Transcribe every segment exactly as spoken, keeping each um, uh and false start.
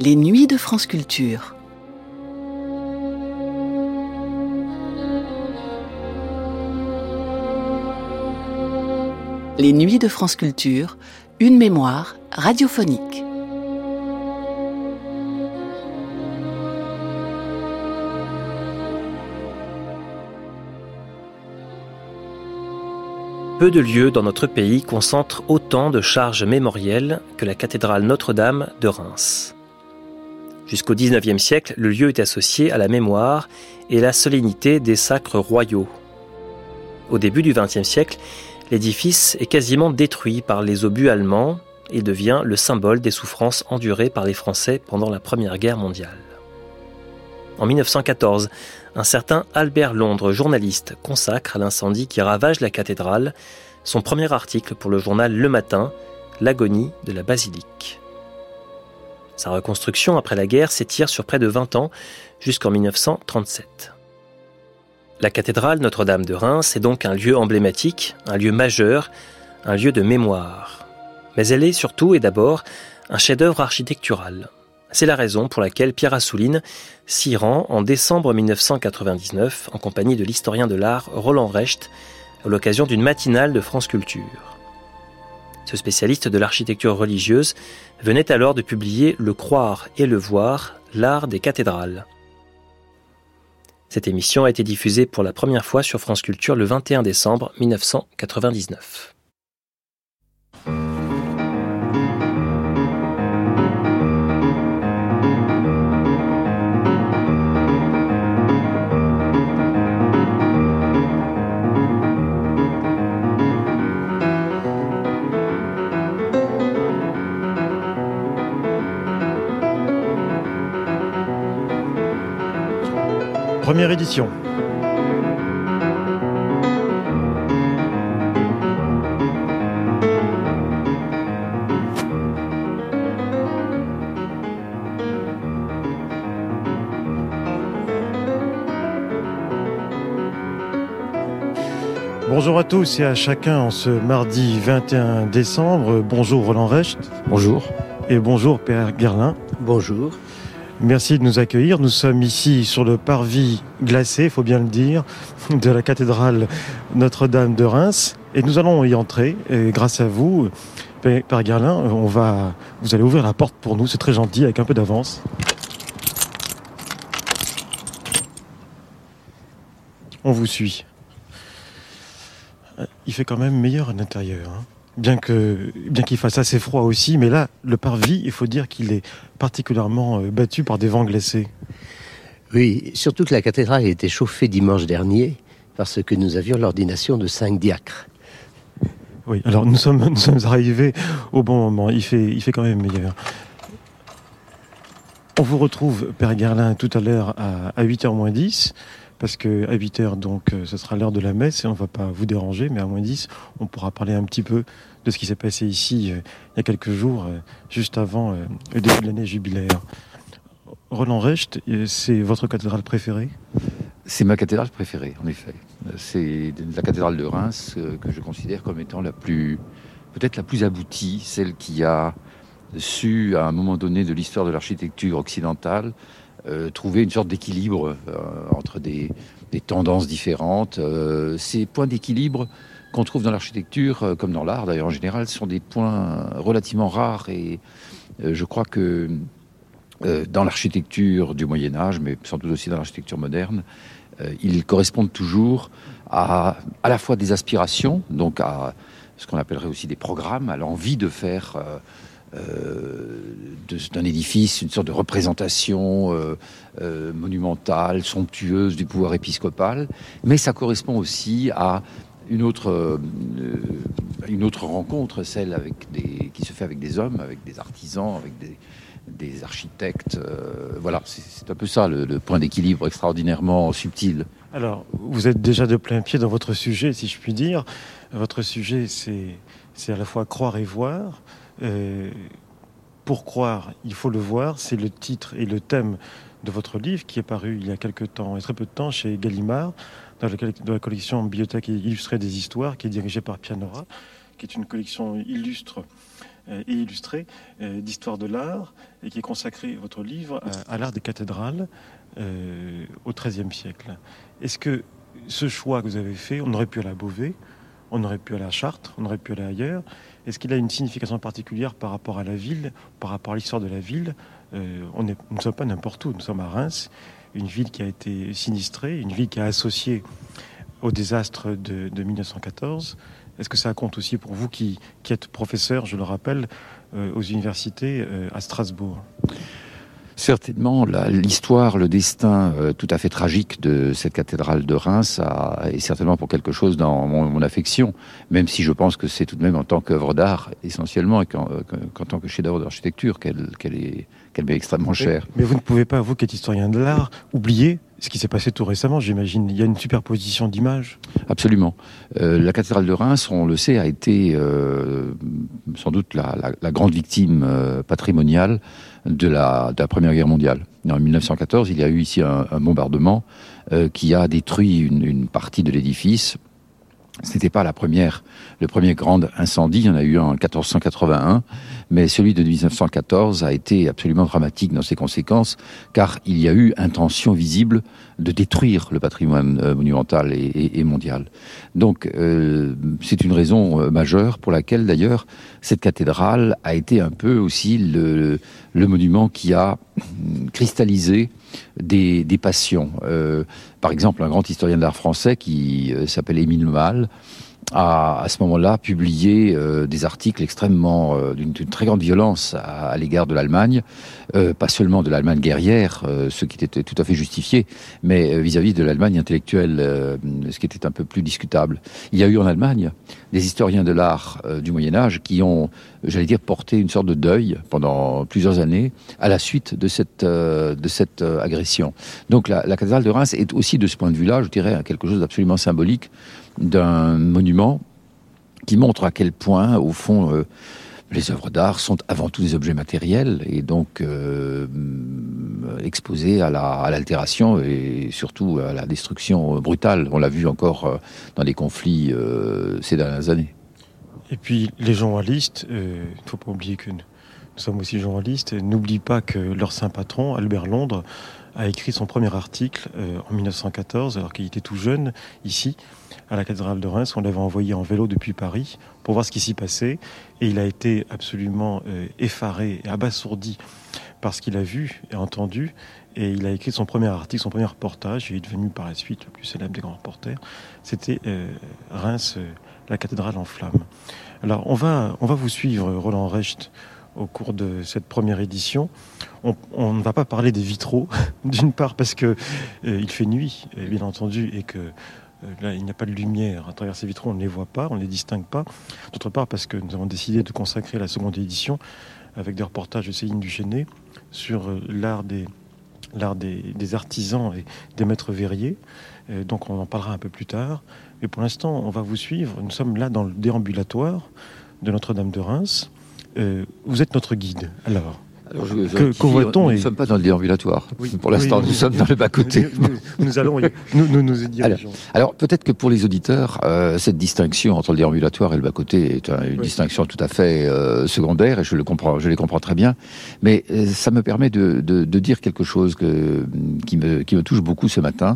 Les Nuits de France Culture. Les Nuits de France Culture, une mémoire radiophonique. Peu de lieux dans notre pays concentrent autant de charges mémorielles que la cathédrale Notre-Dame de Reims. Jusqu'au dix-neuvième siècle, le lieu est associé à la mémoire et la solennité des sacres royaux. Au début du vingtième siècle, l'édifice est quasiment détruit par les obus allemands et devient le symbole des souffrances endurées par les Français pendant la Première Guerre mondiale. En mille neuf cent quatorze, un certain Albert Londres, journaliste, consacre à l'incendie qui ravage la cathédrale son premier article pour le journal Le Matin, L'agonie de la basilique. Sa reconstruction après la guerre s'étire sur près de vingt ans, jusqu'en mille neuf cent trente-sept. La cathédrale Notre-Dame de Reims est donc un lieu emblématique, un lieu majeur, un lieu de mémoire. Mais elle est surtout et d'abord un chef-d'œuvre architectural. C'est la raison pour laquelle Pierre Assouline s'y rend en décembre mille neuf cent quatre-vingt-dix-neuf en compagnie de l'historien de l'art Roland Recht à l'occasion d'une matinale de France Culture. Ce spécialiste de l'architecture religieuse venait alors de publier Le croire et le voir, l'art des cathédrales. Cette émission a été diffusée pour la première fois sur France Culture le vingt et un décembre mille neuf cent quatre-vingt-dix-neuf. Première édition. Bonjour à tous et à chacun en ce mardi vingt et un décembre. Bonjour Roland Recht. Bonjour. Et bonjour Pierre Gerlin. Bonjour. Merci de nous accueillir. Nous sommes ici sur le parvis glacé, il faut bien le dire, de la cathédrale Notre-Dame de Reims. Et nous allons y entrer. Et grâce à vous, Père Gerlin, on va, vous allez ouvrir la porte pour nous. C'est très gentil, avec un peu d'avance. On vous suit. Il fait quand même meilleur à l'intérieur, hein. Bien que, bien qu'il fasse assez froid aussi, mais là, le parvis, il faut dire qu'il est particulièrement battu par des vents glacés. Oui, surtout que la cathédrale a été chauffée dimanche dernier parce que nous avions l'ordination de cinq diacres. Oui, alors nous sommes, nous sommes arrivés au bon moment, il fait, il fait quand même meilleur. On vous retrouve, Père Gerlin, tout à l'heure à, à huit heures moins dix, parce qu'à huit heures, donc, ce sera l'heure de la messe et on ne va pas vous déranger, mais à moins dix, on pourra parler un petit peu de ce qui s'est passé ici euh, il y a quelques jours, euh, juste avant euh, le début de l'année jubilaire. Roland Recht, c'est votre cathédrale préférée ? C'est ma cathédrale préférée, en effet. C'est la cathédrale de Reims euh, que je considère comme étant la plus, peut-être la plus aboutie, celle qui a su, à un moment donné de l'histoire de l'architecture occidentale, Euh, trouver une sorte d'équilibre euh, entre des, des tendances différentes. Euh, ces points d'équilibre qu'on trouve dans l'architecture, euh, comme dans l'art d'ailleurs en général, sont des points relativement rares et euh, je crois que euh, dans l'architecture du Moyen-Âge, mais sans doute aussi dans l'architecture moderne, euh, ils correspondent toujours à, à la fois des aspirations, donc à ce qu'on appellerait aussi des programmes, à l'envie de faire... Euh, Euh, de, d'un édifice, une sorte de représentation euh, euh, monumentale, somptueuse du pouvoir épiscopal, mais ça correspond aussi à une autre, euh, une autre rencontre, celle avec des, qui se fait avec des hommes, avec des artisans, avec des, des architectes. Euh, voilà, c'est, c'est un peu ça le, le point d'équilibre extraordinairement subtil. Alors, vous êtes déjà de plein pied dans votre sujet, si je puis dire. Votre sujet, c'est, c'est à la fois croire et voir. Euh, pour croire, il faut le voir, c'est le titre et le thème de votre livre qui est paru il y a quelque temps, et très peu de temps, chez Gallimard, dans la, dans la collection Bibliothèque illustrée des histoires, qui est dirigée par Pianora, qui est une collection illustre euh, et illustré euh, d'histoire de l'art et qui est consacré, votre livre, à, à l'art des cathédrales euh, au treizième siècle. Est-ce que ce choix que vous avez fait, on aurait pu aller à Beauvais, on aurait pu aller à Chartres, on aurait pu aller ailleurs. Est-ce qu'il a une signification particulière par rapport à la ville, par rapport à l'histoire de la ville? euh, on est, Nous ne sommes pas n'importe où, nous sommes à Reims, une ville qui a été sinistrée, une ville qui a associé au désastre de, de mille neuf cent quatorze. Est-ce que ça compte aussi pour vous qui, qui êtes professeur, je le rappelle, euh, aux universités euh, à Strasbourg? Certainement, la, l'histoire, le destin euh, tout à fait tragique de cette cathédrale de Reims a, est certainement pour quelque chose dans mon, mon affection, même si je pense que c'est tout de même en tant qu'œuvre d'art, essentiellement, et qu'en, qu'en tant que chef-d'œuvre d'architecture, qu'elle, qu'elle, est, qu'elle m'est extrêmement chère. Mais, mais vous ne pouvez pas, vous qui êtes historien de l'art, oublier ce qui s'est passé tout récemment, j'imagine. Il y a une superposition d'images. Absolument. Euh, la cathédrale de Reims, on le sait, a été euh, sans doute la, la, la grande victime euh, patrimoniale de la, de la Première Guerre mondiale. En mille neuf cent quatorze, il y a eu ici un, un bombardement euh, qui a détruit une, une partie de l'édifice. Ce n'était pas la première, le premier grand incendie, il y en a eu un en quatorze cent quatre-vingt-un, mais celui de dix-neuf cent quatorze a été absolument dramatique dans ses conséquences, car il y a eu intention visible de détruire le patrimoine euh, monumental et, et, et mondial. Donc euh, c'est une raison euh, majeure pour laquelle d'ailleurs cette cathédrale a été un peu aussi le, le monument qui a cristallisé des, des passions. Euh, par exemple, un grand historien de l'art français qui euh, s'appelle Émile Malle a à ce moment-là publié euh, des articles extrêmement euh, d'une, d'une très grande violence à, à l'égard de l'Allemagne, euh, pas seulement de l'Allemagne guerrière, euh, ce qui était tout à fait justifié, mais euh, vis-à-vis de l'Allemagne intellectuelle, euh, ce qui était un peu plus discutable. Il y a eu en Allemagne des historiens de l'art euh, du Moyen-Âge qui ont, j'allais dire, porté une sorte de deuil pendant plusieurs années à la suite de cette, euh, de cette euh, agression. Donc la, la cathédrale de Reims est aussi, de ce point de vue-là, je dirais, quelque chose d'absolument symbolique, d'un monument qui montre à quel point, au fond, euh, les œuvres d'art sont avant tout des objets matériels et donc euh, exposés à, la, à l'altération et surtout à la destruction brutale. On l'a vu encore euh, dans les conflits euh, ces dernières années. Et puis les journalistes, il euh, ne faut pas oublier que nous, nous sommes aussi journalistes, n'oublient pas que leur saint patron, Albert Londres, a écrit son premier article euh, en mille neuf cent quatorze, alors qu'il était tout jeune, ici, à la cathédrale de Reims. On l'avait envoyé en vélo depuis Paris pour voir ce qui s'y passait. Et il a été absolument euh, effaré et abasourdi par ce qu'il a vu et entendu. Et il a écrit son premier article, son premier reportage. Il est devenu par la suite le plus célèbre des grands reporters. C'était euh, Reims, euh, la cathédrale en flammes. Alors, on va, on va vous suivre, Roland Recht, au cours de cette première édition. On, on ne va pas parler des vitraux, d'une part parce que euh, il fait nuit, bien entendu, et que euh, là, il n'y a pas de lumière à travers ces vitraux, on ne les voit pas, on ne les distingue pas. D'autre part parce que nous avons décidé de consacrer la seconde édition avec des reportages de Céline Duchesnay sur euh, l'art des l'art des, des artisans et des maîtres verriers. Euh, donc on en parlera un peu plus tard. Mais pour l'instant, on va vous suivre. Nous sommes là dans le déambulatoire de Notre-Dame de Reims. Euh, vous êtes notre guide, alors. Alors je, je que, qu'on nous et... ne sommes pas dans le déambulatoire. Oui, pour l'instant, oui, nous oui, sommes oui, dans le bas-côté. Nous, nous, nous allons, nous, nous, nous y dirigeons. Alors, alors peut-être que pour les auditeurs, euh, cette distinction entre le déambulatoire et le bas-côté est un, une oui. distinction tout à fait euh, secondaire, et je le comprends, je les comprends très bien. Mais euh, ça me permet de, de, de dire quelque chose que, qui me, qui me touche beaucoup ce matin.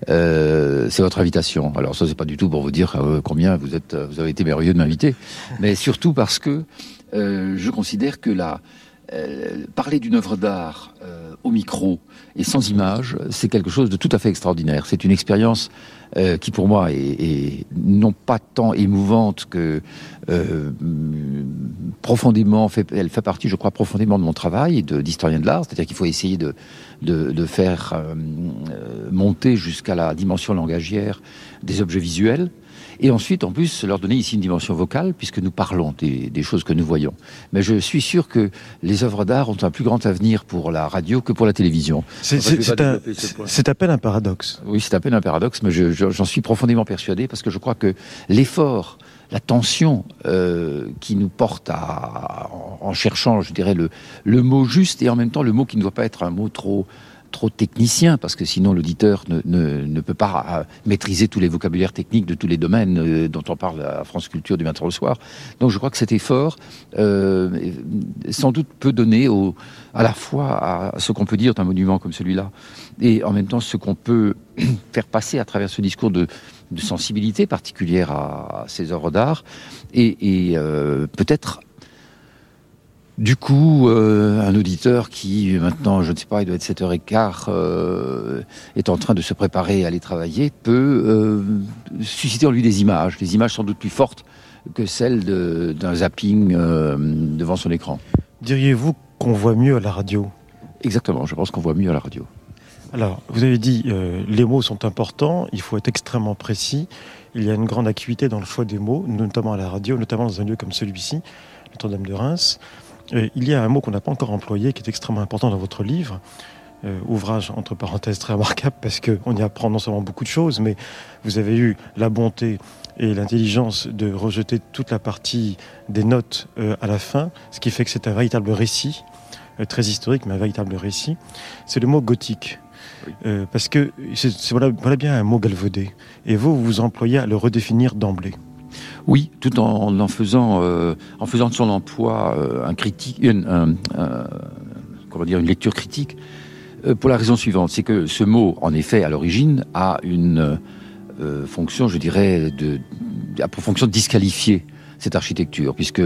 Euh, c'est votre invitation. Alors ça, c'est pas du tout pour vous dire euh, combien vous êtes, vous avez été merveilleux de m'inviter, mais surtout parce que euh, je considère que la Euh, parler d'une œuvre d'art euh, au micro et sans image, c'est quelque chose de tout à fait extraordinaire. C'est une expérience euh, qui, pour moi, est, est non pas tant émouvante que euh, profondément, fait, elle fait partie, je crois, profondément de mon travail de, d'historien de l'art. C'est-à-dire qu'il faut essayer de, de, de faire euh, monter jusqu'à la dimension langagière des objets visuels. Et ensuite, en plus, leur donner ici une dimension vocale, puisque nous parlons des, des choses que nous voyons. Mais je suis sûr que les œuvres d'art ont un plus grand avenir pour la radio que pour la télévision. C'est, c'est, c'est, un, c'est à peine un paradoxe. Oui, c'est à peine un paradoxe, mais je, je, j'en suis profondément persuadé, parce que je crois que l'effort, la tension euh, qui nous porte à, en, en cherchant, je dirais, le, le mot juste, et en même temps le mot qui ne doit pas être un mot trop... trop technicien, parce que sinon l'auditeur ne, ne, ne peut pas euh, maîtriser tous les vocabulaires techniques de tous les domaines euh, dont on parle à France Culture du matin au soir. Donc je crois que cet effort, euh, sans doute, peut donner au, à la fois à ce qu'on peut dire d'un monument comme celui-là, et en même temps ce qu'on peut faire passer à travers ce discours de, de sensibilité particulière à, à ces œuvres d'art, et, et euh, peut-être... Du coup, euh, un auditeur qui, maintenant, je ne sais pas, il doit être sept heures quinze, euh, est en train de se préparer à aller travailler, peut euh, susciter en lui des images, des images sans doute plus fortes que celles de, d'un zapping euh, devant son écran. Diriez-vous qu'on voit mieux à la radio ? Exactement, je pense qu'on voit mieux à la radio. Alors, vous avez dit, euh, les mots sont importants, il faut être extrêmement précis. Il y a une grande acuité dans le choix des mots, notamment à la radio, notamment dans un lieu comme celui-ci, Notre-Dame de Reims. Euh, il y a un mot qu'on n'a pas encore employé, qui est extrêmement important dans votre livre, euh, ouvrage entre parenthèses très remarquable, parce qu'on y apprend non seulement beaucoup de choses, mais vous avez eu la bonté et l'intelligence de rejeter toute la partie des notes euh, à la fin, ce qui fait que c'est un véritable récit, euh, très historique, mais un véritable récit. C'est le mot gothique. Oui. Euh, parce que c'est, c'est, voilà, voilà bien un mot galvaudé. Et vous, vous vous employez à le redéfinir d'emblée. Oui, tout en en faisant, euh, en faisant de son emploi euh, un critique, une, un, un, comment dire, une lecture critique, euh, pour la raison suivante, c'est que ce mot, en effet, à l'origine, a une euh, fonction, je dirais, de, a pour fonction de disqualifier cette architecture, puisque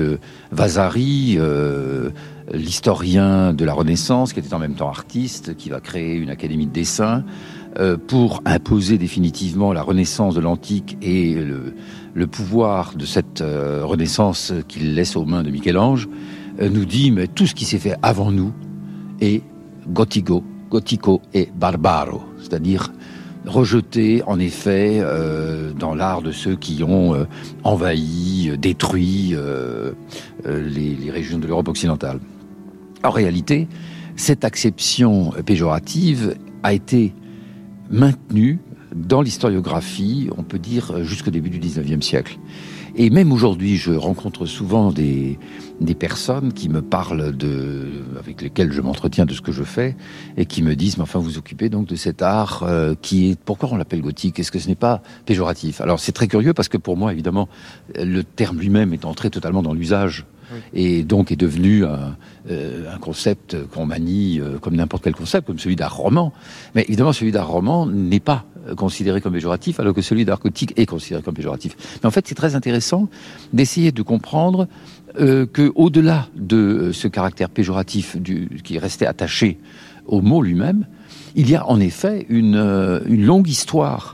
Vasari, euh, l'historien de la Renaissance, qui était en même temps artiste, qui va créer une académie de dessin, euh, pour imposer définitivement la Renaissance de l'Antique et le, le pouvoir de cette euh, Renaissance qu'il laisse aux mains de Michel-Ange, euh, nous dit, mais tout ce qui s'est fait avant nous est gothico, gothico et barbaro, c'est-à-dire rejeté, en effet, euh, dans l'art de ceux qui ont euh, envahi, détruit euh, euh, les, les régions de l'Europe occidentale. En réalité, cette acception péjorative a été maintenue dans l'historiographie, on peut dire, jusqu'au début du dix-neuvième siècle. Et même aujourd'hui, je rencontre souvent des, des personnes qui me parlent de, avec lesquelles je m'entretiens de ce que je fais, et qui me disent, mais enfin, vous vous occupez donc de cet art euh, qui est, pourquoi on l'appelle gothique? Est-ce que ce n'est pas péjoratif? Alors, c'est très curieux parce que pour moi, évidemment, le terme lui-même est entré totalement dans l'usage. Oui. Et donc est devenu un, euh, un concept qu'on manie euh, comme n'importe quel concept, comme celui d'art roman. Mais évidemment, celui d'art roman n'est pas considéré comme péjoratif, alors que celui d'art gothique est considéré comme péjoratif. Mais en fait, c'est très intéressant d'essayer de comprendre euh, que, au-delà de ce caractère péjoratif du, qui restait attaché au mot lui-même, il y a en effet une, euh, une longue histoire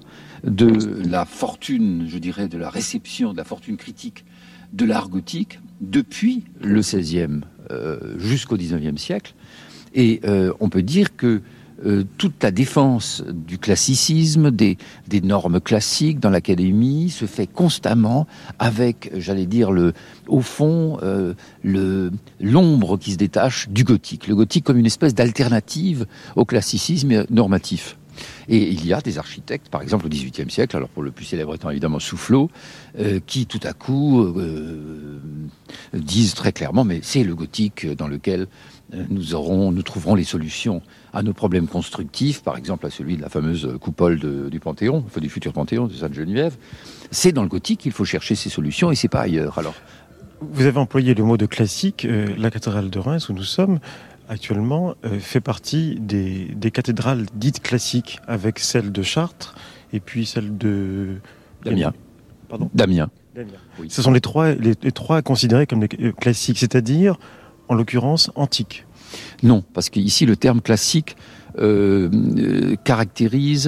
de la fortune, je dirais, de la réception, de la fortune critique de l'art gothique depuis le seizième euh, jusqu'au dix-neuvième siècle. Et euh, on peut dire que euh, toute la défense du classicisme, des, des normes classiques dans l'académie se fait constamment avec, j'allais dire, le, au fond, euh, le, l'ombre qui se détache du gothique. Le gothique comme une espèce d'alternative au classicisme normatif. Et il y a des architectes, par exemple au dix-huitième siècle, alors pour le plus célèbre étant évidemment Soufflot, euh, qui tout à coup euh, disent très clairement, mais c'est le gothique dans lequel nous aurons, nous trouverons les solutions à nos problèmes constructifs, par exemple à celui de la fameuse coupole de, du Panthéon, enfin du futur Panthéon de Sainte-Geneviève. C'est dans le gothique qu'il faut chercher ces solutions et c'est pas ailleurs. Alors, vous avez employé le mot de classique. Euh, la cathédrale de Reims où nous sommes actuellement euh, fait partie des, des cathédrales dites classiques, avec celle de Chartres et puis celle de D'Amiens. Pardon. D'Amiens. D'Amiens. Oui. Ce sont les trois, les, les trois considérés comme des classiques, c'est-à-dire, en l'occurrence, antiques. Non, parce qu'ici le terme classique euh, euh, caractérise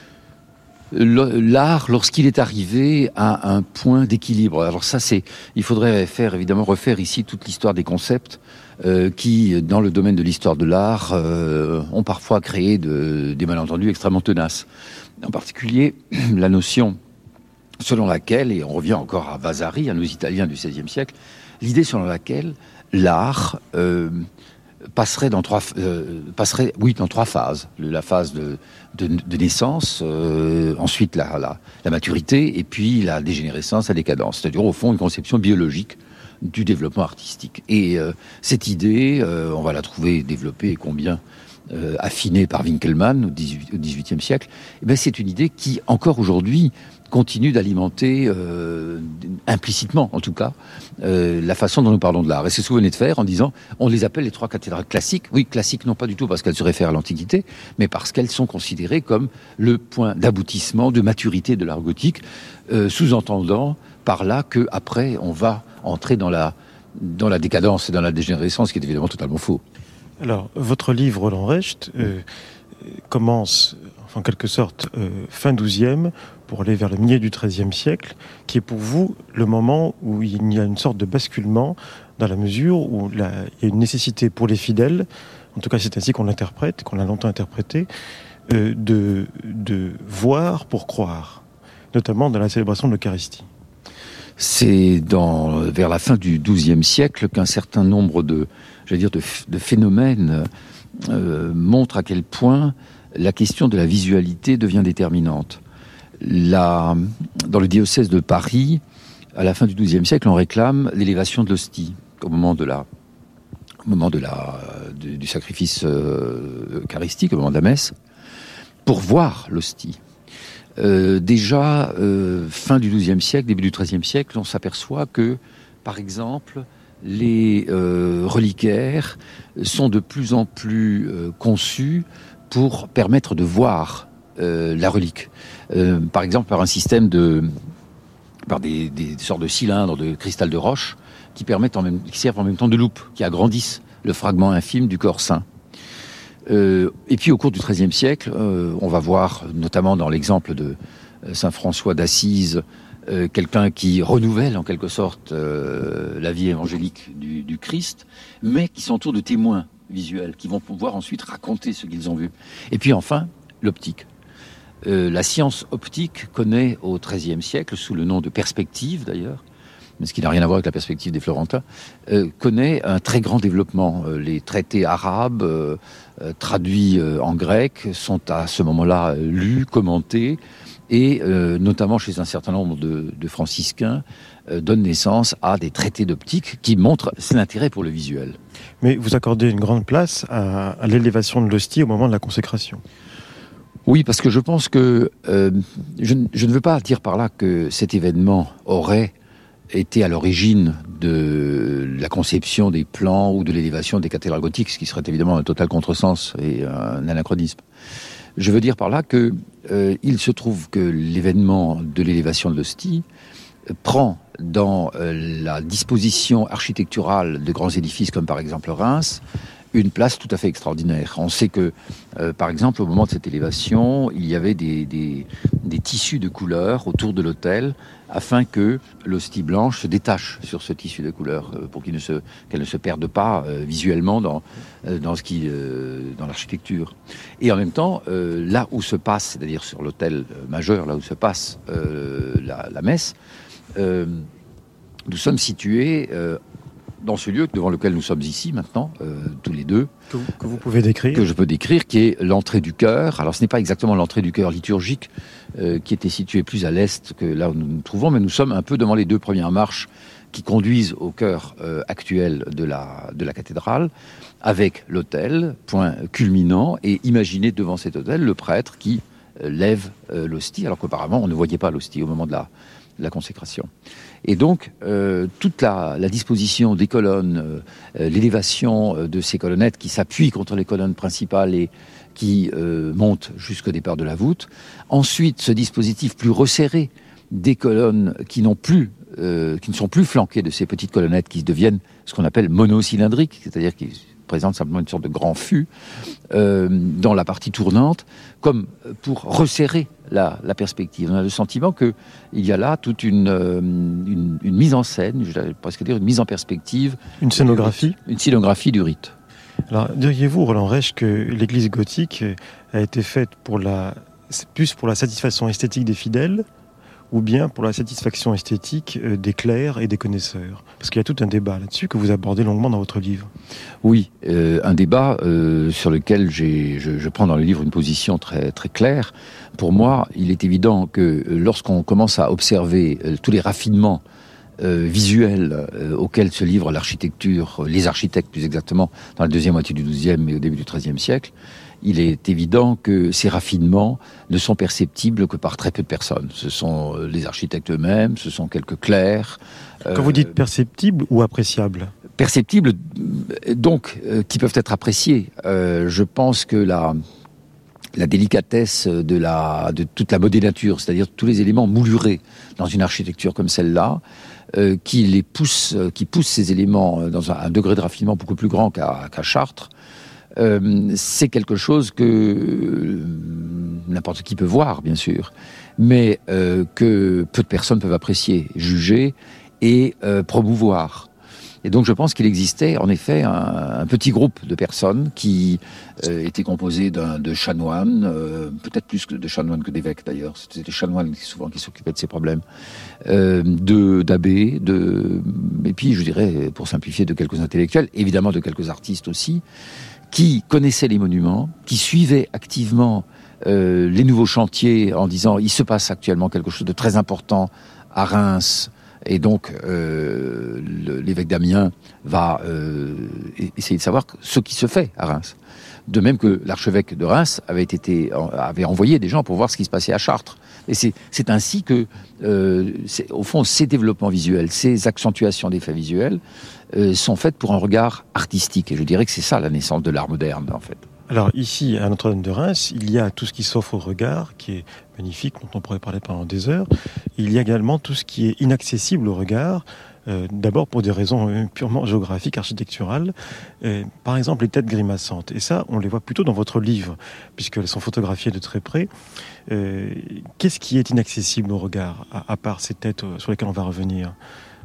l'art lorsqu'il est arrivé à un point d'équilibre. Alors ça, c'est, il faudrait faire évidemment refaire ici toute l'histoire des concepts euh, qui, dans le domaine de l'histoire de l'art, euh, ont parfois créé de, des malentendus extrêmement tenaces. En particulier, la notion selon laquelle, et on revient encore à Vasari, à nos Italiens du seizième siècle, l'idée selon laquelle l'art euh, passerait dans trois, euh, passerait, oui, dans trois phases. La phase de, de, de naissance, euh, ensuite la, la, la maturité, et puis la dégénérescence, la décadence. C'est-à-dire, au fond, une conception biologique du développement artistique. Et euh, cette idée, euh, on va la trouver développée, et combien, euh, affinée par Winckelmann au dix-huitième siècle, eh bien, c'est une idée qui, encore aujourd'hui, continue d'alimenter, euh, implicitement en tout cas, euh, la façon dont nous parlons de l'art. Et c'est ce que vous venez de faire en disant, on les appelle les trois cathédrales classiques. Oui, classiques non pas du tout parce qu'elles se réfèrent à l'Antiquité, mais parce qu'elles sont considérées comme le point d'aboutissement, de maturité de l'art gothique, euh, sous-entendant par là qu'après on va entrer dans la, dans la décadence et dans la dégénérescence, ce qui est évidemment totalement faux. Alors, votre livre, Roland Recht, euh, commence, en quelque sorte, euh, fin douzième, pour aller vers le milieu du treizième siècle, qui est pour vous le moment où il y a une sorte de basculement, dans la mesure où la, il y a une nécessité pour les fidèles, en tout cas c'est ainsi qu'on l'interprète, qu'on l'a longtemps interprété, euh, de, de voir pour croire, notamment dans la célébration de l'Eucharistie. C'est dans, vers la fin du douzième siècle qu'un certain nombre de, j'allais dire, de, de phénomènes euh, montrent à quel point la question de la visualité devient déterminante. La, dans le diocèse de Paris, à la fin du douzième siècle, on réclame l'élévation de l'hostie au moment de la, au moment de la, du, du sacrifice euh, eucharistique, au moment de la messe, pour voir l'hostie. Euh, déjà, euh, fin du douzième siècle, début du treizième siècle, on s'aperçoit que, par exemple, les euh, reliquaires sont de plus en plus euh, conçus pour permettre de voir euh, la relique. Euh, par exemple, par un système de, par des, des sortes de cylindres de cristal de roche qui permettent en même, qui servent en même temps de loupe, qui agrandissent le fragment infime du corps saint. Euh, et puis au cours du treizième siècle, euh, on va voir, notamment dans l'exemple de saint François d'Assise, euh, quelqu'un qui renouvelle en quelque sorte euh, la vie évangélique du, du Christ, mais qui s'entoure de témoins visuels, qui vont pouvoir ensuite raconter ce qu'ils ont vu. Et puis enfin, l'optique. Euh, la science optique connaît au treizième siècle, sous le nom de perspective d'ailleurs, mais ce qui n'a rien à voir avec la perspective des Florentins, euh, connaît un très grand développement. Euh, les traités arabes, euh, euh, traduits euh, en grec, sont à ce moment-là euh, lus, commentés, et euh, notamment chez un certain nombre de, de franciscains, euh, donnent naissance à des traités d'optique qui montrent l'intérêt pour le visuel. Mais vous accordez une grande place à, à l'élévation de l'hostie au moment de la consécration. Oui, parce que je pense que euh, je, je ne veux pas dire par là que cet événement aurait été à l'origine de la conception des plans ou de l'élévation des cathédrales gothiques, ce qui serait évidemment un total contresens et un anachronisme. Je veux dire par là que euh, il se trouve que l'événement de l'élévation de l'hostie prend dans euh, la disposition architecturale de grands édifices comme par exemple Reims une place tout à fait extraordinaire. On sait que, euh, par exemple, au moment de cette élévation, il y avait des, des, des tissus de couleurs autour de l'autel afin que l'hostie blanche se détache sur ce tissu de couleurs, euh, pour qu'il ne se, qu'elle ne se perde pas euh, visuellement dans, euh, dans, ce qui, euh, dans l'architecture. Et en même temps, euh, là où se passe, c'est-à-dire sur l'autel majeur, là où se passe euh, la, la messe, euh, nous sommes situés euh, dans ce lieu devant lequel nous sommes ici maintenant, euh, tous les deux. Que vous, que vous pouvez décrire. Que je peux décrire, qui est l'entrée du chœur. Alors ce n'est pas exactement l'entrée du chœur liturgique, euh, qui était située plus à l'est que là où nous nous trouvons, mais nous sommes un peu devant les deux premières marches qui conduisent au chœur euh, actuel de la, de la cathédrale, avec l'autel, point culminant, et imaginez devant cet autel le prêtre qui euh, lève euh, l'hostie, alors qu'auparavant on ne voyait pas l'hostie au moment de la, de la consécration. Et donc, euh, toute la, la disposition des colonnes, euh, l'élévation euh, de ces colonnettes qui s'appuient contre les colonnes principales et qui euh, montent jusqu'au départ de la voûte. Ensuite, ce dispositif plus resserré des colonnes qui n'ont plus, euh, qui ne sont plus flanquées de ces petites colonnettes qui deviennent ce qu'on appelle monocylindriques, c'est-à-dire qui présentent simplement une sorte de grand fût euh, dans la partie tournante, comme pour resserrer la, la perspective. On a le sentiment qu'il y a là toute une, euh, une, une mise en scène, je vais presque dire une mise en perspective. Une scénographie. Une scénographie du rite. Alors, diriez-vous, Roland Recht, que l'église gothique a été faite pour la, plus pour la satisfaction esthétique des fidèles ou bien pour la satisfaction esthétique des clercs et des connaisseurs? Parce qu'il y a tout un débat là-dessus que vous abordez longuement dans votre livre. Oui, euh, un débat euh, sur lequel j'ai, je, je prends dans le livre une position très, très claire. Pour moi, il est évident que lorsqu'on commence à observer euh, tous les raffinements euh, visuel euh, auquel se livre l'architecture, les architectes plus exactement, dans la deuxième moitié du douzième et au début du treizième siècle, il est évident que ces raffinements ne sont perceptibles que par très peu de personnes. Ce sont les architectes eux-mêmes, ce sont quelques clercs. Quand euh, vous dites perceptibles ou appréciables ? Perceptibles, donc, euh, qui peuvent être appréciés. Euh, je pense que la, la délicatesse de, la, de toute la modénature, c'est-à-dire tous les éléments moulurés dans une architecture comme celle-là, euh, qui les pousse, euh, qui pousse ces éléments dans un, un degré de raffinement beaucoup plus grand qu'à, qu'à Chartres, euh, c'est quelque chose que euh, n'importe qui peut voir, bien sûr, mais euh, que peu de personnes peuvent apprécier, juger et euh, promouvoir. Et donc je pense qu'il existait en effet un, un petit groupe de personnes qui euh, étaient composés d'un, de chanoines, euh, peut-être plus que de chanoines que d'évêques d'ailleurs, c'était des chanoines qui, souvent qui s'occupaient de ces problèmes, euh, de, d'abbés, de, et puis je dirais, pour simplifier, de quelques intellectuels, évidemment de quelques artistes aussi, qui connaissaient les monuments, qui suivaient activement euh, les nouveaux chantiers en disant il se passe actuellement quelque chose de très important à Reims. Et donc, euh, le, l'évêque d'Amiens va euh, essayer de savoir ce qui se fait à Reims. De même que l'archevêque de Reims avait, été, avait envoyé des gens pour voir ce qui se passait à Chartres. Et c'est, c'est ainsi que, euh, c'est, au fond, ces développements visuels, ces accentuations des faits visuels euh, sont faites pour un regard artistique. Et je dirais que c'est ça la naissance de l'art moderne, en fait. Alors ici, à Notre-Dame de Reims, il y a tout ce qui s'offre au regard, qui est magnifique, dont on pourrait parler pendant des heures. Il y a également tout ce qui est inaccessible au regard, euh, d'abord pour des raisons euh, purement géographiques, architecturales. Euh, par exemple, les têtes grimaçantes. Et ça, on les voit plutôt dans votre livre, puisqu'elles sont photographiées de très près. Euh, qu'est-ce qui est inaccessible au regard, à, à part ces têtes euh, sur lesquelles on va revenir ?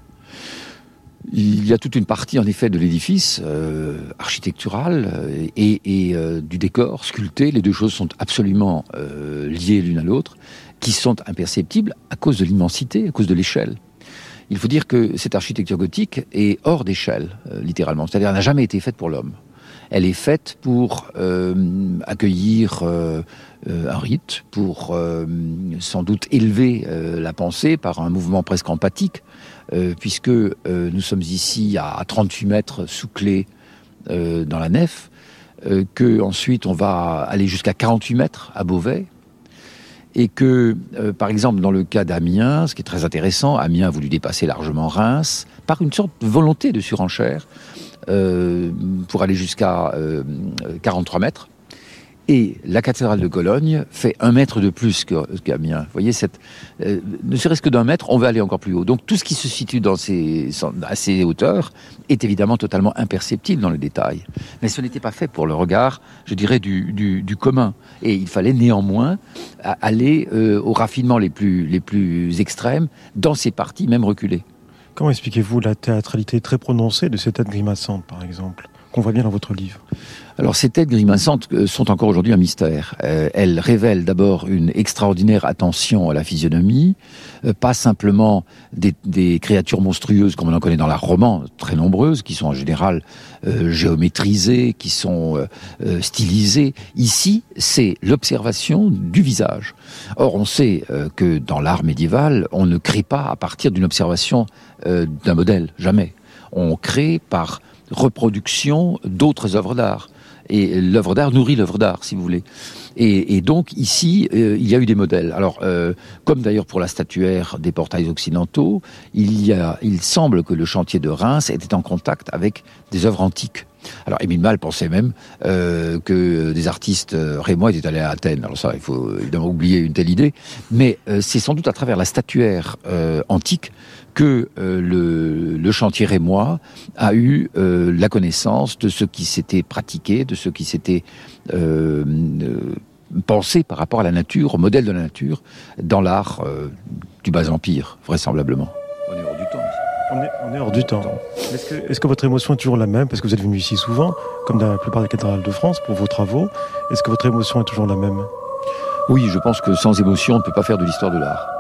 Il y a toute une partie, en effet, de l'édifice euh, architectural euh, et, et euh, du décor sculpté. Les deux choses sont absolument euh, liées l'une à l'autre, qui sont imperceptibles à cause de l'immensité, à cause de l'échelle. Il faut dire que cette architecture gothique est hors d'échelle, euh, littéralement. C'est-à-dire, elle n'a jamais été faite pour l'homme. Elle est faite pour euh, accueillir euh, euh, un rite, pour euh, sans doute élever euh, la pensée par un mouvement presque empathique, euh, puisque euh, nous sommes ici à trente-huit mètres sous clé euh, dans la nef, euh, que ensuite on va aller jusqu'à quarante-huit mètres à Beauvais, et que, euh, par exemple, dans le cas d'Amiens, ce qui est très intéressant, Amiens a voulu dépasser largement Reims par une sorte de volonté de surenchère, Euh, pour aller jusqu'à euh, quarante-trois mètres. Et la cathédrale de Cologne fait un mètre de plus que, qu'Amiens. Vous voyez, cette, euh, ne serait-ce que d'un mètre, on va aller encore plus haut. Donc tout ce qui se situe dans ces, à ces hauteurs est évidemment totalement imperceptible dans le détail. Mais ce n'était pas fait pour le regard, je dirais, du, du, du commun. Et il fallait néanmoins aller euh, aux raffinements les plus, les plus extrêmes dans ces parties, même reculées. Comment expliquez-vous la théâtralité très prononcée de ces têtes grimaçantes, par exemple, qu'on voit bien dans votre livre ? Alors, ces têtes grimaçantes sont encore aujourd'hui un mystère. Euh, elles révèlent d'abord une extraordinaire attention à la physionomie, euh, pas simplement des, des créatures monstrueuses comme on en connaît dans l'art roman, très nombreuses, qui sont en général euh, géométrisées, qui sont euh, euh, stylisées. Ici, c'est l'observation du visage. Or, on sait euh, que dans l'art médiéval, on ne crée pas à partir d'une observation euh, d'un modèle, jamais. On crée par reproduction d'autres œuvres d'art. Et l'œuvre d'art nourrit l'œuvre d'art, si vous voulez. Et, et donc, ici, euh, il y a eu des modèles. Alors, euh, comme d'ailleurs pour la statuaire des portails occidentaux, il, y a, il semble que le chantier de Reims était en contact avec des œuvres antiques. Alors, Émile Malle pensait même euh, que des artistes euh, rémois étaient allés à Athènes. Alors ça, il faut évidemment oublier une telle idée. Mais euh, c'est sans doute à travers la statuaire euh, antique que euh, le, le chantier rémois a eu euh, la connaissance de ce qui s'était pratiqué, de ce qui s'était euh, euh, pensé par rapport à la nature, au modèle de la nature, dans l'art euh, du Bas-Empire, vraisemblablement. On est hors du temps. On est, on est hors du temps. Est-ce que, est-ce que votre émotion est toujours la même, parce que vous êtes venu ici souvent, comme dans la plupart des cathédrales de France, pour vos travaux. Est-ce que votre émotion est toujours la même ? Oui, je pense que sans émotion, on ne peut pas faire de l'histoire de l'art.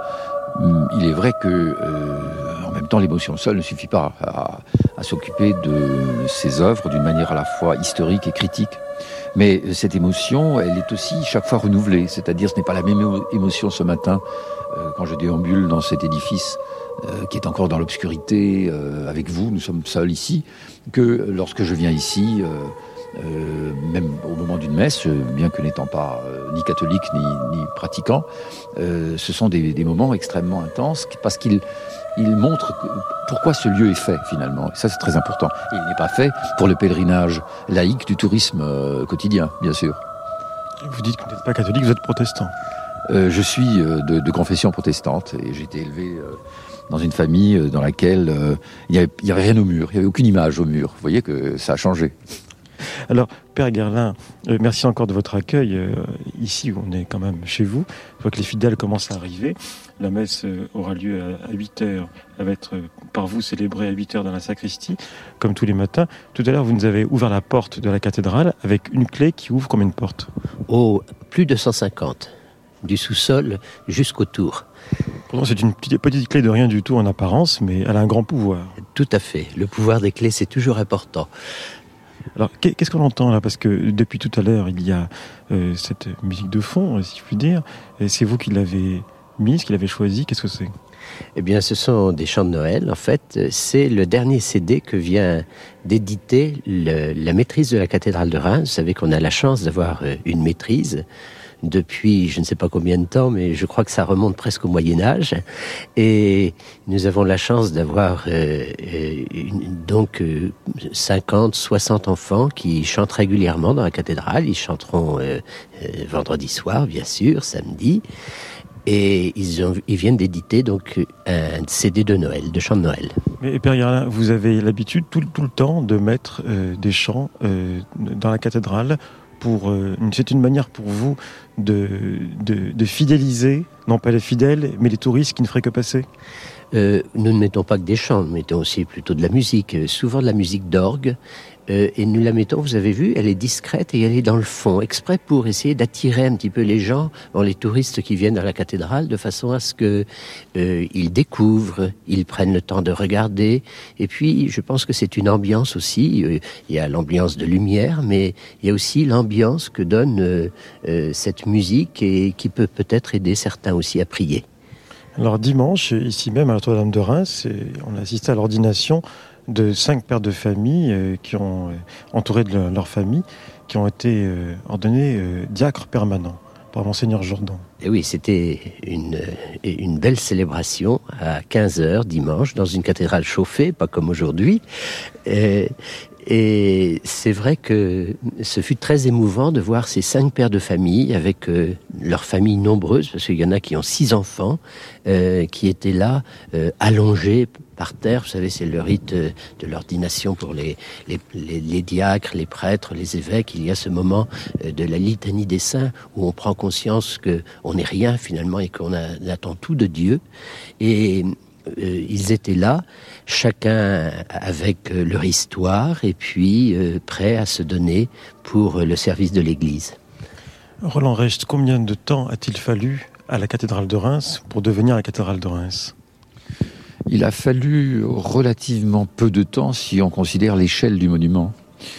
Il est vrai que, euh, en même temps, l'émotion seule ne suffit pas à, à s'occuper de ces œuvres d'une manière à la fois historique et critique. Mais cette émotion, elle est aussi chaque fois renouvelée. C'est-à-dire, ce n'est pas la même émotion ce matin, euh, quand je déambule dans cet édifice euh, qui est encore dans l'obscurité euh, avec vous, nous sommes seuls ici, que lorsque je viens ici, euh, euh, même au moment d'une messe, bien que n'étant pas euh, ni catholique ni, ni pratiquant, euh, ce sont des, des moments extrêmement intenses parce qu'ils il montrent que, pourquoi ce lieu est fait finalement. Et ça c'est très important. Il n'est pas fait pour le pèlerinage laïque du tourisme euh, quotidien, bien sûr. Vous dites que vous n'êtes pas catholique, vous êtes protestant. Euh, je suis euh, de, de confession protestante et j'ai été élevé euh, dans une famille euh, dans laquelle euh, il n'y avait, il y avait rien au mur, il n'y avait aucune image au mur. Vous voyez que ça a changé. Alors, Père Guerlain, euh, merci encore de votre accueil. Euh, ici, on est quand même chez vous. Je vois que les fidèles commencent à arriver. La messe euh, aura lieu à, à huit heures. Elle va être euh, par vous célébrée à huit heures dans la sacristie, comme tous les matins. Tout à l'heure, vous nous avez ouvert la porte de la cathédrale avec une clé qui ouvre combien de portes ? Oh, plus de cent cinquante, du sous-sol jusqu'au tour. Pourtant, c'est une petite, petite clé de rien du tout en apparence, mais elle a un grand pouvoir. Tout à fait. Le pouvoir des clés, c'est toujours important. Alors, qu'est-ce qu'on entend là ? Parce que depuis tout à l'heure, il y a euh, cette musique de fond, si je puis dire. Et c'est vous qui l'avez mise, qui l'avez choisie. Qu'est-ce que c'est ? Eh bien, ce sont des chants de Noël. En fait, c'est le dernier C D que vient d'éditer le, la maîtrise de la cathédrale de Reims. Vous savez qu'on a la chance d'avoir une maîtrise depuis je ne sais pas combien de temps, mais je crois que ça remonte presque au Moyen-Âge. Et nous avons la chance d'avoir euh, une, donc euh, cinquante, soixante enfants qui chantent régulièrement dans la cathédrale. Ils chanteront euh, euh, vendredi soir, bien sûr, samedi. Et ils, ont, ils viennent d'éditer donc un C D de Noël, de chants de Noël. Mais Père Guerlain, vous avez l'habitude tout, tout le temps de mettre euh, des chants euh, dans la cathédrale. Pour, euh, c'est une manière pour vous de, de, de fidéliser, non pas les fidèles, mais les touristes qui ne feraient que passer. Euh, nous ne mettons pas que des chants, nous mettons aussi plutôt de la musique, euh, souvent de la musique d'orgue. Euh, et nous la mettons, vous avez vu, elle est discrète et elle est dans le fond, exprès pour essayer d'attirer un petit peu les gens, bon, les touristes qui viennent à la cathédrale, de façon à ce que euh, ils découvrent, ils prennent le temps de regarder. Et puis, je pense que c'est une ambiance aussi. Euh, il y a l'ambiance de lumière, mais il y a aussi l'ambiance que donne euh, euh, cette musique et qui peut peut-être aider certains aussi à prier. Alors dimanche, ici même à Notre-Dame de Reims, on a assisté à l'ordination de cinq pères de famille euh, qui ont, euh, entourés de leur, leur famille, qui ont été euh, ordonnés euh, diacres permanents par Monseigneur Jourdan. Et oui, c'était une, une belle célébration à quinze heures dimanche dans une cathédrale chauffée, pas comme aujourd'hui. Et, et c'est vrai que ce fut très émouvant de voir ces cinq pères de famille avec euh, leurs familles nombreuses, parce qu'il y en a qui ont six enfants, euh, qui étaient là, euh, allongés par terre. Vous savez, c'est le rite de l'ordination pour les, les, les, les diacres, les prêtres, les évêques. Il y a ce moment de la litanie des saints où on prend conscience qu'on n'est rien finalement et qu'on attend tout de Dieu. Et euh, ils étaient là, chacun avec leur histoire et puis euh, prêts à se donner pour le service de l'Église. Roland Recht, combien de temps a-t-il fallu à la cathédrale de Reims pour devenir la cathédrale de Reims ? Il a fallu relativement peu de temps si on considère l'échelle du monument.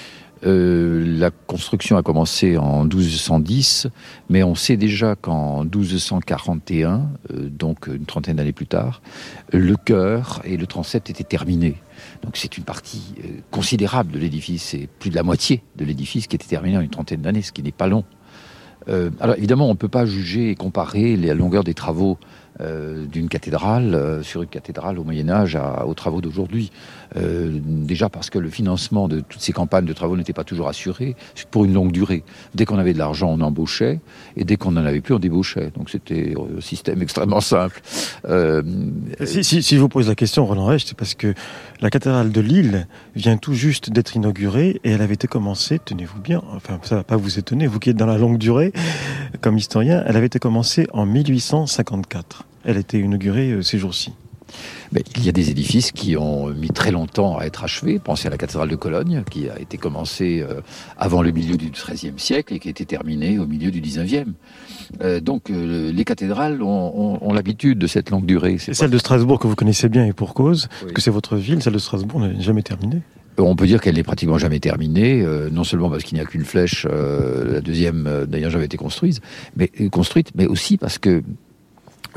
Euh, la construction a commencé en douze cent dix, mais on sait déjà qu'en douze cent quarante et un, euh, donc une trentaine d'années plus tard, le chœur et le transept étaient terminés. Donc c'est une partie euh, considérable de l'édifice, c'est plus de la moitié de l'édifice qui était terminé en une trentaine d'années, ce qui n'est pas long. Euh, alors évidemment, on ne peut pas juger et comparer la longueur des travaux euh, d'une cathédrale, euh, sur une cathédrale au Moyen-Âge à, aux travaux d'aujourd'hui. Euh, déjà parce que le financement de toutes ces campagnes de travaux n'était pas toujours assuré pour une longue durée. Dès qu'on avait de l'argent, on embauchait, et dès qu'on n'en avait plus, on débauchait. Donc c'était un système extrêmement simple. Euh, si, si, si je vous pose la question, Roland Recht, c'est parce que la cathédrale de Lille vient tout juste d'être inaugurée, et elle avait été commencée, tenez-vous bien, enfin ça ne va pas vous étonner, vous qui êtes dans la longue durée, comme historien, elle avait été commencée en mille huit cent cinquante-quatre. Elle a été inaugurée euh, ces jours-ci. Mais il y a des édifices qui ont mis très longtemps à être achevés. Pensez à la cathédrale de Cologne, qui a été commencée euh, avant le milieu du treizième siècle et qui a été terminée au milieu du dix-neuvième. Euh, donc euh, les cathédrales ont, ont, ont l'habitude de cette longue durée. C'est celle de Strasbourg que vous connaissez bien et pour cause, oui. Parce que c'est votre ville, celle de Strasbourg n'est jamais terminée. On peut dire qu'elle n'est pratiquement jamais terminée, euh, non seulement parce qu'il n'y a qu'une flèche, euh, la deuxième euh, d'ailleurs jamais été construite, mais, construite, mais aussi parce que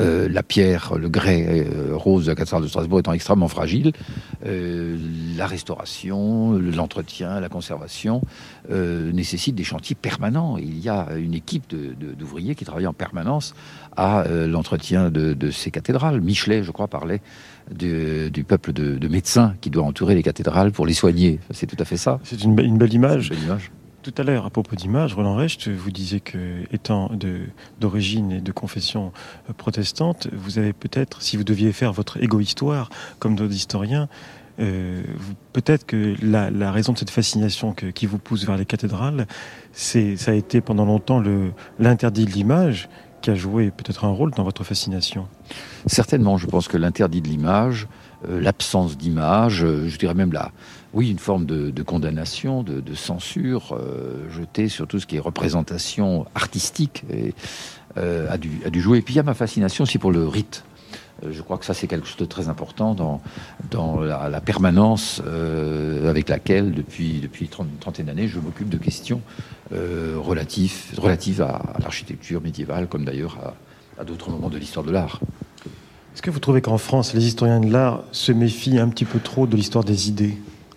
euh, la pierre, le grès euh, rose de la cathédrale de Strasbourg étant extrêmement fragile, euh, la restauration, l'entretien, la conservation euh, nécessitent des chantiers permanents. Il y a une équipe de, de, d'ouvriers qui travaillent en permanence à euh, l'entretien de, de ces cathédrales. Michelet, je crois, parlait du, du peuple de, de médecins qui doit entourer les cathédrales pour les soigner. C'est tout à fait ça. C'est une, be- une belle image. C'est une belle image. Tout à l'heure, à propos d'image, Roland Recht, vous disiez que, étant de, d'origine et de confession protestante, vous avez peut-être, si vous deviez faire votre égo-histoire, comme d'autres historiens, euh, vous, peut-être que la, la raison de cette fascination que, qui vous pousse vers les cathédrales, c'est, ça a été pendant longtemps le, l'interdit de l'image qui a joué peut-être un rôle dans votre fascination. Certainement, je pense que l'interdit de l'image, euh, l'absence d'image, euh, je dirais même la... Oui, une forme de, de condamnation, de, de censure euh, jetée sur tout ce qui est représentation artistique et, euh, a, dû, a dû jouer. Et puis il y a ma fascination aussi pour le rite. Euh, je crois que ça c'est quelque chose de très important dans, dans la, la permanence euh, avec laquelle depuis, depuis trente, une trentaine d'années je m'occupe de questions euh, relatives, relatives à, à l'architecture médiévale comme d'ailleurs à, à d'autres moments de l'histoire de l'art. Est-ce que vous trouvez qu'en France, les historiens de l'art se méfient un petit peu trop de l'histoire des idées ?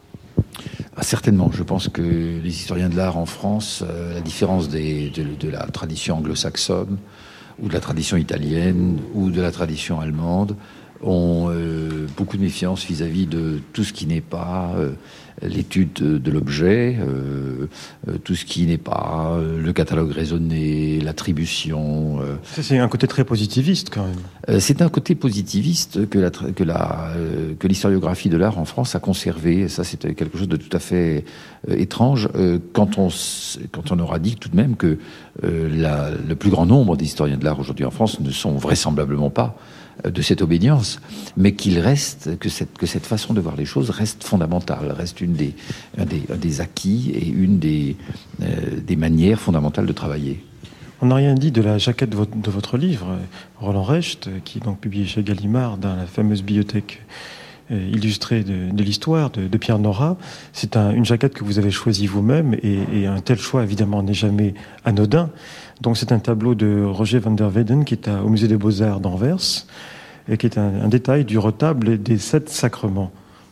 Ah, certainement. Je pense que les historiens de l'art en France, euh, la différence des, de, de la tradition anglo-saxonne, ou de la tradition italienne, ou de la tradition allemande, ont euh, beaucoup de méfiance vis-à-vis de tout ce qui n'est pas euh, l'étude de, de l'objet, euh, euh, tout ce qui n'est pas euh, le catalogue raisonné, l'attribution. Euh. Ça, c'est un côté très positiviste, quand même. Euh, c'est un côté positiviste que, la, que, la, euh, que l'historiographie de l'art en France a conservé. Et ça, c'est quelque chose de tout à fait euh, étrange. Euh, quand, on, quand on aura dit tout de même que euh, la, le plus grand nombre d'historiens de l'art aujourd'hui en France ne sont vraisemblablement pas de cette obédience, mais qu'il reste, que cette, que cette façon de voir les choses reste fondamentale, reste une des, un des, un des acquis et une des, euh, des manières fondamentales de travailler. On n'a rien dit de la jaquette de votre, de votre livre, Roland Recht, qui est donc publié chez Gallimard dans la fameuse bibliothèque euh, illustrée de, de l'histoire de, de Pierre Nora. C'est un, une jaquette que vous avez choisie vous-même, et, et un tel choix, évidemment, n'est jamais anodin. Donc c'est un tableau de Roger van der Weyden qui est à, au musée des Beaux-Arts d'Anvers et qui est un, un détail du retable des sept sacrements.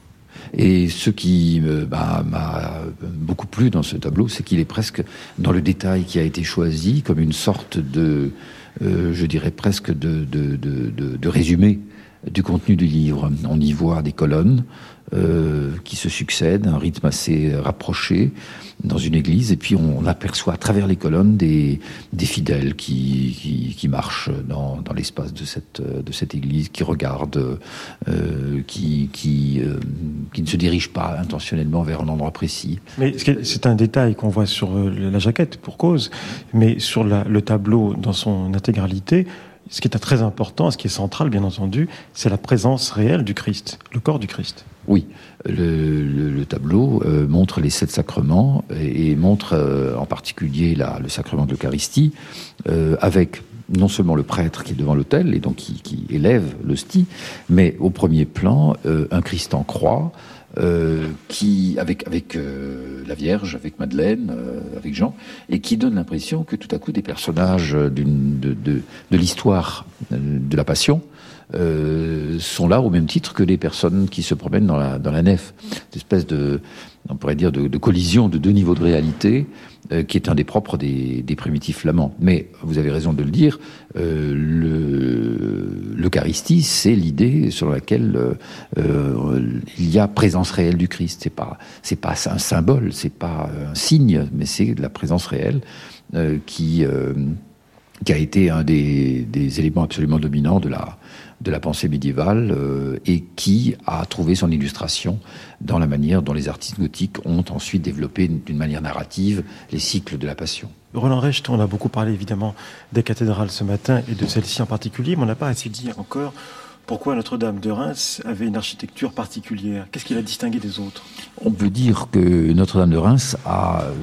Et ce qui euh, bah, m'a beaucoup plu dans ce tableau, c'est qu'il est presque dans le détail qui a été choisi comme une sorte de, euh, je dirais presque de, de, de, de, de résumé du contenu du livre. On y voit des colonnes euh, qui se succèdent, un rythme assez rapproché dans une église, et puis on aperçoit à travers les colonnes des, des fidèles qui, qui, qui marchent dans, dans l'espace de cette, de cette église, qui regardent, euh, qui, qui, euh, qui ne se dirigent pas intentionnellement vers un endroit précis. Mais c'est un détail qu'on voit sur la jaquette, pour cause, mais sur la, le tableau dans son intégralité, ce qui est très important, ce qui est central, bien entendu, c'est la présence réelle du Christ, le corps du Christ. Oui, le, le, le tableau euh, montre les sept sacrements et, et montre euh, en particulier la, le sacrement de l'Eucharistie, euh, avec non seulement le prêtre qui est devant l'autel et donc qui, qui élève l'hostie, mais au premier plan, euh, un Christ en croix, Euh, qui avec avec euh, la Vierge, avec Madeleine, euh, avec Jean, et qui donne l'impression que tout à coup des personnages d'une, de, de, de l'histoire de la Passion euh, sont là au même titre que les personnes qui se promènent dans la dans la nef. Cette espèce de, on pourrait dire, de, de collision de deux niveaux de réalité euh, qui est un des propres des, des primitifs flamands. Mais vous avez raison de le dire, euh, le, l'Eucharistie, c'est l'idée sur laquelle euh, euh, il y a présence réelle du Christ. C'est pas, c'est pas un symbole, c'est pas un signe, mais c'est de la présence réelle euh, qui euh, qui a été un des, des éléments absolument dominants de la de la pensée médiévale euh, et qui a trouvé son illustration dans la manière dont les artistes gothiques ont ensuite développé d'une manière narrative les cycles de la Passion. Roland Recht, on a beaucoup parlé évidemment des cathédrales ce matin et de celle-ci en particulier, mais on n'a pas assez dit encore pourquoi Notre-Dame de Reims avait une architecture particulière. Qu'est-ce qui la distinguait des autres ? On peut dire que Notre-Dame de Reims a euh,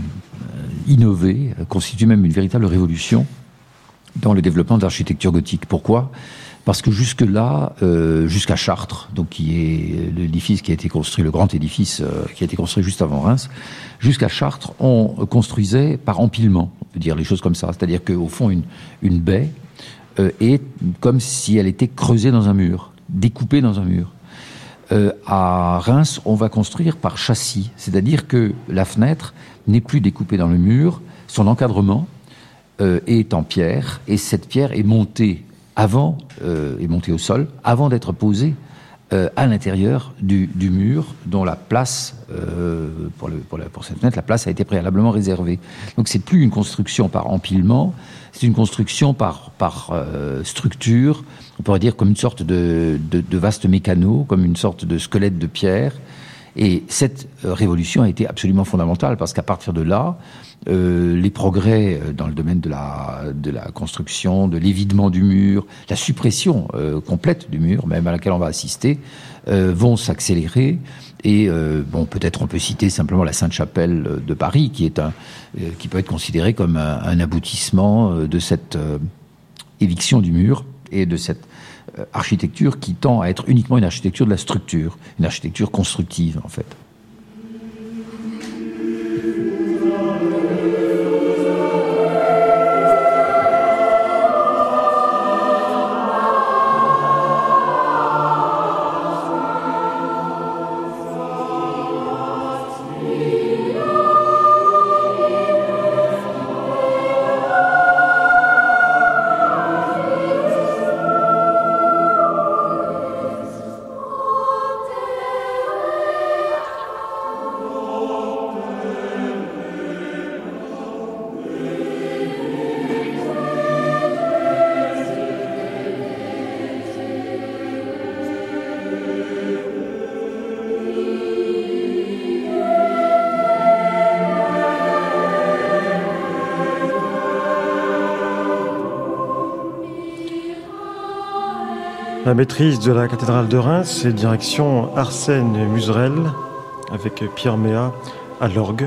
innové, constitue même une véritable révolution dans le développement de l'architecture gothique. Pourquoi ? Parce que jusque-là, euh, jusqu'à Chartres, donc qui est l'édifice qui a été construit, le grand édifice euh, qui a été construit juste avant Reims, jusqu'à Chartres, on construisait par empilement, on peut dire les choses comme ça. C'est-à-dire qu'au fond, une, une baie euh, est comme si elle était creusée dans un mur, découpée dans un mur. Euh, à Reims, on va construire par châssis, c'est-à-dire que la fenêtre n'est plus découpée dans le mur, son encadrement euh, est en pierre, et cette pierre est montée avant, euh, est montée au sol, avant d'être posée euh, à l'intérieur du, du mur, dont la place, euh, pour, le, pour, la, pour cette fenêtre, la place a été préalablement réservée. Donc c'est plus une construction par empilement, c'est une construction par, par euh, structure, on pourrait dire comme une sorte de, de, de vaste mécano, comme une sorte de squelette de pierre. Et cette euh, révolution a été absolument fondamentale, parce qu'à partir de là, euh, les progrès dans le domaine de la, de la construction, de l'évidement du mur, la suppression euh, complète du mur, même à laquelle on va assister, euh, vont s'accélérer. Et euh, bon, peut-être on peut citer simplement la Sainte-Chapelle de Paris, qui est un, euh, qui peut être considérée comme un, un aboutissement de cette euh, éviction du mur et de cette euh, architecture qui tend à être uniquement une architecture de la structure, une architecture constructive en fait. La maîtrise de la cathédrale de Reims, c'est direction Arsène Muserel, avec Pierre Méat à l'orgue.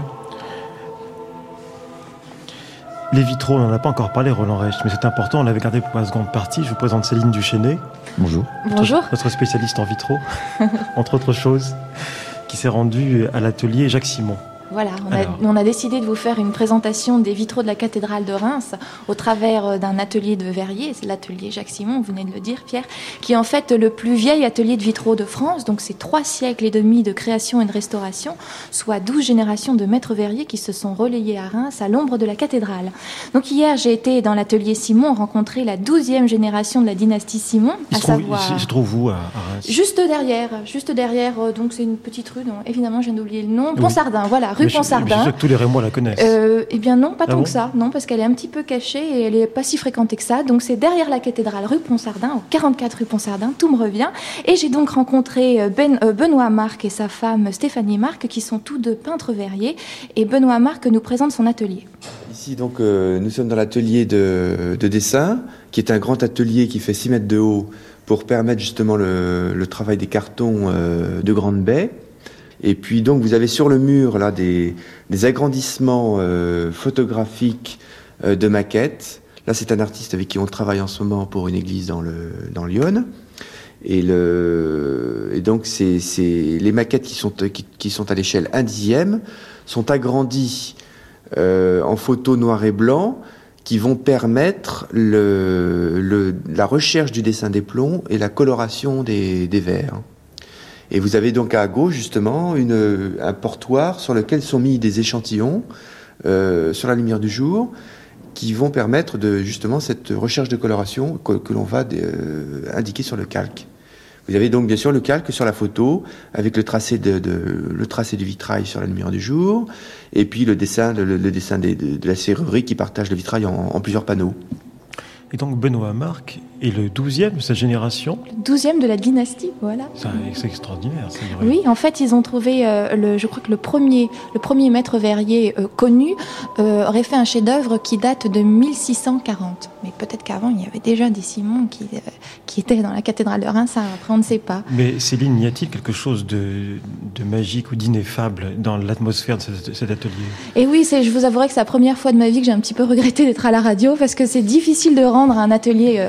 Les vitraux, on n'en a pas encore parlé, Roland Recht, mais c'est important, on l'avait gardé pour la seconde partie. Je vous présente Céline Duchesnay. Bonjour. Bonjour. Notre, notre spécialiste en vitraux, entre autres choses, qui s'est rendue à l'atelier Jacques Simon. Voilà, on a, on a décidé de vous faire une présentation des vitraux de la cathédrale de Reims au travers d'un atelier de verrier. C'est l'atelier Jacques Simon, vous venez de le dire, Pierre, qui est en fait le plus vieil atelier de vitraux de France. Donc c'est trois siècles et demi de création et de restauration, soit douze générations de maîtres verriers qui se sont relayés à Reims à l'ombre de la cathédrale. Donc hier, j'ai été dans l'atelier Simon rencontrer la douzième génération de la dynastie Simon, il à se trouve, savoir... Il se trouve où à, à Reims? Juste derrière, juste derrière, donc c'est une petite rue, dont évidemment je viens d'oublier le nom, Ponsardin, voilà, rue Mais je, Ponsardin. Je suis sûr que tous les Rémois la connaissent. Euh, eh bien non, pas Ah tant bon que ça, non, parce qu'elle est un petit peu cachée et elle n'est pas si fréquentée que ça. Donc c'est derrière la cathédrale, rue Ponsardin, au quarante-quatre rue Ponsardin, tout me revient. Et j'ai donc rencontré ben, euh, Benoît Marc et sa femme Stéphanie Marc, qui sont tous deux peintres verriers. Et Benoît Marc nous présente son atelier. Ici, donc, euh, nous sommes dans l'atelier de, de dessin, qui est un grand atelier qui fait six mètres de haut pour permettre justement le, le travail des cartons euh, de grande baie. Et puis donc vous avez sur le mur là des, des agrandissements euh, photographiques euh, de maquettes. Là c'est un artiste avec qui on travaille en ce moment pour une église dans le dans Lyon. Et, le, et donc c'est, c'est les maquettes qui sont qui, qui sont à l'échelle un dixième sont agrandies euh, en photo noir et blanc qui vont permettre le, le, la recherche du dessin des plombs et la coloration des, des verres. Et vous avez donc à gauche, justement, une, un portoir sur lequel sont mis des échantillons euh, sur la lumière du jour qui vont permettre de, justement, cette recherche de coloration que, que l'on va euh, indiquer sur le calque. Vous avez donc, bien sûr, le calque sur la photo avec le tracé, de, de, le tracé du vitrail sur la lumière du jour et puis le dessin, le, le dessin des, de, de la serrurerie qui partage le vitrail en, en plusieurs panneaux. Et donc Benoît Marc est le douzième de sa génération. Le douzième de la dynastie, voilà. C'est, c'est extraordinaire. C'est oui, en fait, ils ont trouvé, euh, le, je crois que le premier, le premier maître verrier euh, connu euh, aurait fait un chef-d'œuvre qui date de mille six cent quarante. Mais peut-être qu'avant, il y avait déjà des Simons qui, euh, qui étaient dans la cathédrale de Reims, après on ne sait pas. Mais Céline, y a-t-il quelque chose de, de magique ou d'ineffable dans l'atmosphère de cet, cet atelier? Et oui, c'est, je vous avouerai que c'est la première fois de ma vie que j'ai un petit peu regretté d'être à la radio, parce que c'est difficile de rendre un atelier euh,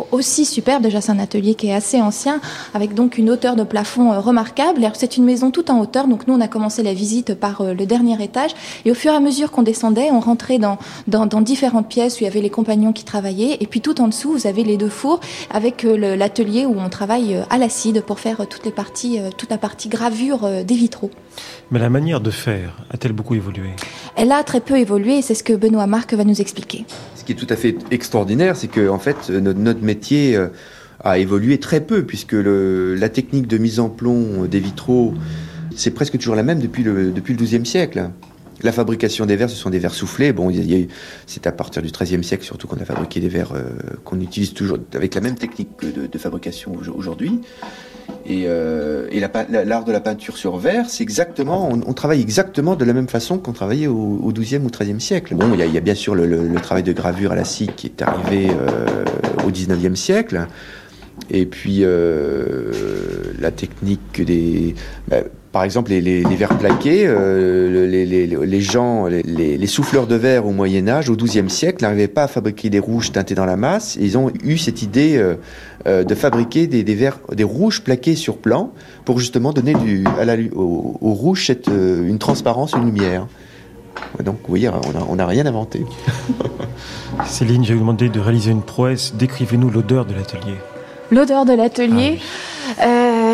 décor aussi superbe. Déjà, c'est un atelier qui est assez ancien, avec donc une hauteur de plafond euh, remarquable. Alors, c'est une maison toute en hauteur, donc nous, on a commencé la visite par euh, le dernier étage, et au fur et à mesure qu'on descendait, on rentrait dans, dans, dans différentes pièces où il y avait les compagnons qui travaillaient, et puis tout en dessous, vous avez les deux fours, avec euh, le, l'atelier où on travaille euh, à l'acide pour faire euh, toutes les parties, euh, toute la partie gravure euh, des vitraux. Mais la manière de faire a-t-elle beaucoup évolué ? Elle a très peu évolué, et c'est ce que Benoît Marc va nous expliquer. Ce qui est tout à fait extraordinaire, c'est que en fait, notre, notre métier euh, a évolué très peu, puisque le, la technique de mise en plomb des vitraux, c'est presque toujours la même depuis le, depuis le douzième siècle. La fabrication des verres, ce sont des verres soufflés. Bon, il y a eu, c'est à partir du treizième siècle surtout qu'on a fabriqué des verres euh, qu'on utilise toujours avec la même technique que de, de fabrication aujourd'hui. Et, euh, et la, la, l'art de la peinture sur verre, c'est exactement, on, on travaille exactement de la même façon qu'on travaillait au, au douzième ou treizième siècle. Bon, il y a, il y a bien sûr le, le, le travail de gravure à la scie qui est arrivé euh, au dix-neuvième siècle. Et puis euh, la technique des... Bah, par exemple, les, les, les verres plaqués, euh, les, les, les gens, les, les souffleurs de verre au Moyen-Âge, au douzième siècle, n'arrivaient pas à fabriquer des rouges teintés dans la masse. Ils ont eu cette idée euh, euh, de fabriquer des, des verres, des rouges plaqués sur blanc pour justement donner du, à la, au, au rouge cette, euh, une transparence, une lumière. Donc, vous voyez, on n'a rien inventé. Céline, j'ai demandé de réaliser une prouesse. Décrivez-nous l'odeur de l'atelier. L'odeur de l'atelier, ah, oui.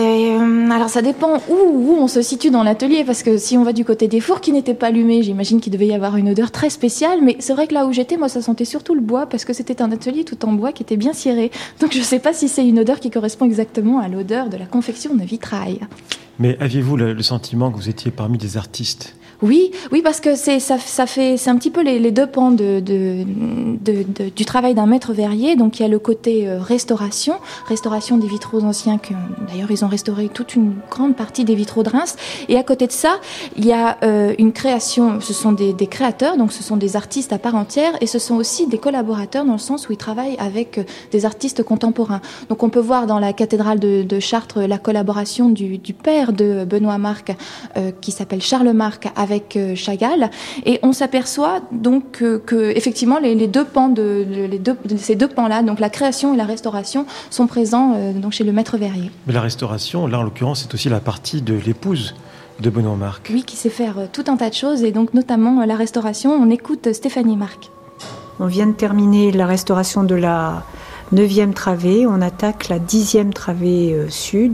euh, alors ça dépend où, où on se situe dans l'atelier, parce que si on va du côté des fours qui n'étaient pas allumés, j'imagine qu'il devait y avoir une odeur très spéciale, mais c'est vrai que là où j'étais, moi ça sentait surtout le bois, parce que c'était un atelier tout en bois qui était bien ciré, donc je ne sais pas si c'est une odeur qui correspond exactement à l'odeur de la confection de vitrail. Mais aviez-vous le, le sentiment que vous étiez parmi des artistes ? Oui, oui, parce que c'est ça, ça fait c'est un petit peu les, les deux pans de, de, de, de du travail d'un maître verrier. Donc il y a le côté euh, restauration, restauration des vitraux anciens que d'ailleurs ils ont restauré toute une grande partie des vitraux de Reims. Et à côté de ça, il y a euh, une création. Ce sont des, des créateurs, donc ce sont des artistes à part entière, et ce sont aussi des collaborateurs dans le sens où ils travaillent avec euh, des artistes contemporains. Donc on peut voir dans la cathédrale de, de Chartres la collaboration du, du père de Benoît Marc, euh, qui s'appelle Charles Marc, avec avec Chagall, et on s'aperçoit donc que, que effectivement les, les deux pans de, les deux, de ces deux pans-là, donc la création et la restauration, sont présents euh, donc chez le maître verrier. Mais la restauration, là en l'occurrence, c'est aussi la partie de l'épouse de Benoît Marc. Oui, qui sait faire euh, tout un tas de choses, et donc notamment euh, la restauration. On écoute Stéphanie Marc. On vient de terminer la restauration de la neuvième travée, on attaque la dixième travée euh, sud.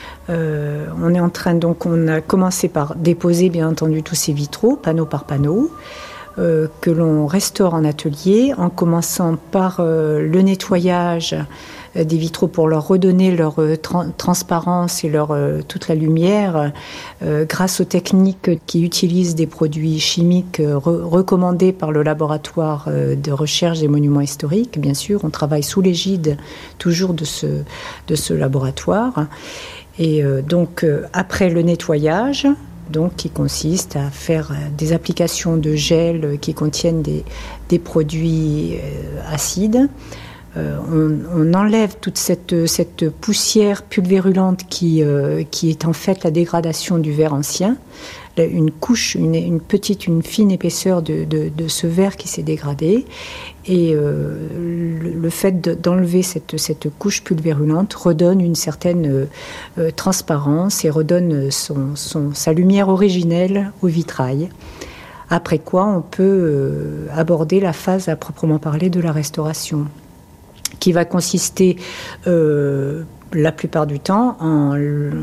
Euh, on est en train, donc on a commencé par déposer bien entendu tous ces vitraux, panneau par panneau, euh, que l'on restaure en atelier, en commençant par euh, le nettoyage euh, des vitraux pour leur redonner leur euh, tra- transparence et leur euh, toute la lumière, euh, grâce aux techniques qui utilisent des produits chimiques euh, re- recommandés par le laboratoire euh, de recherche des monuments historiques. Bien sûr, on travaille sous l'égide toujours de ce, de ce laboratoire. Et euh, donc, euh, après le nettoyage, donc, qui consiste à faire euh, des applications de gel qui contiennent des, des produits euh, acides, euh, on, on enlève toute cette, cette poussière pulvérulente qui, euh, qui est en fait la dégradation du verre ancien, une couche, une, une petite, une fine épaisseur de, de, de ce verre qui s'est dégradé. Et euh, le, le fait de, d'enlever cette, cette couche pulvérulente redonne une certaine euh, transparence et redonne son, son, sa lumière originelle au vitrail. Après quoi, on peut euh, aborder la phase à proprement parler de la restauration, qui va consister euh, la plupart du temps en...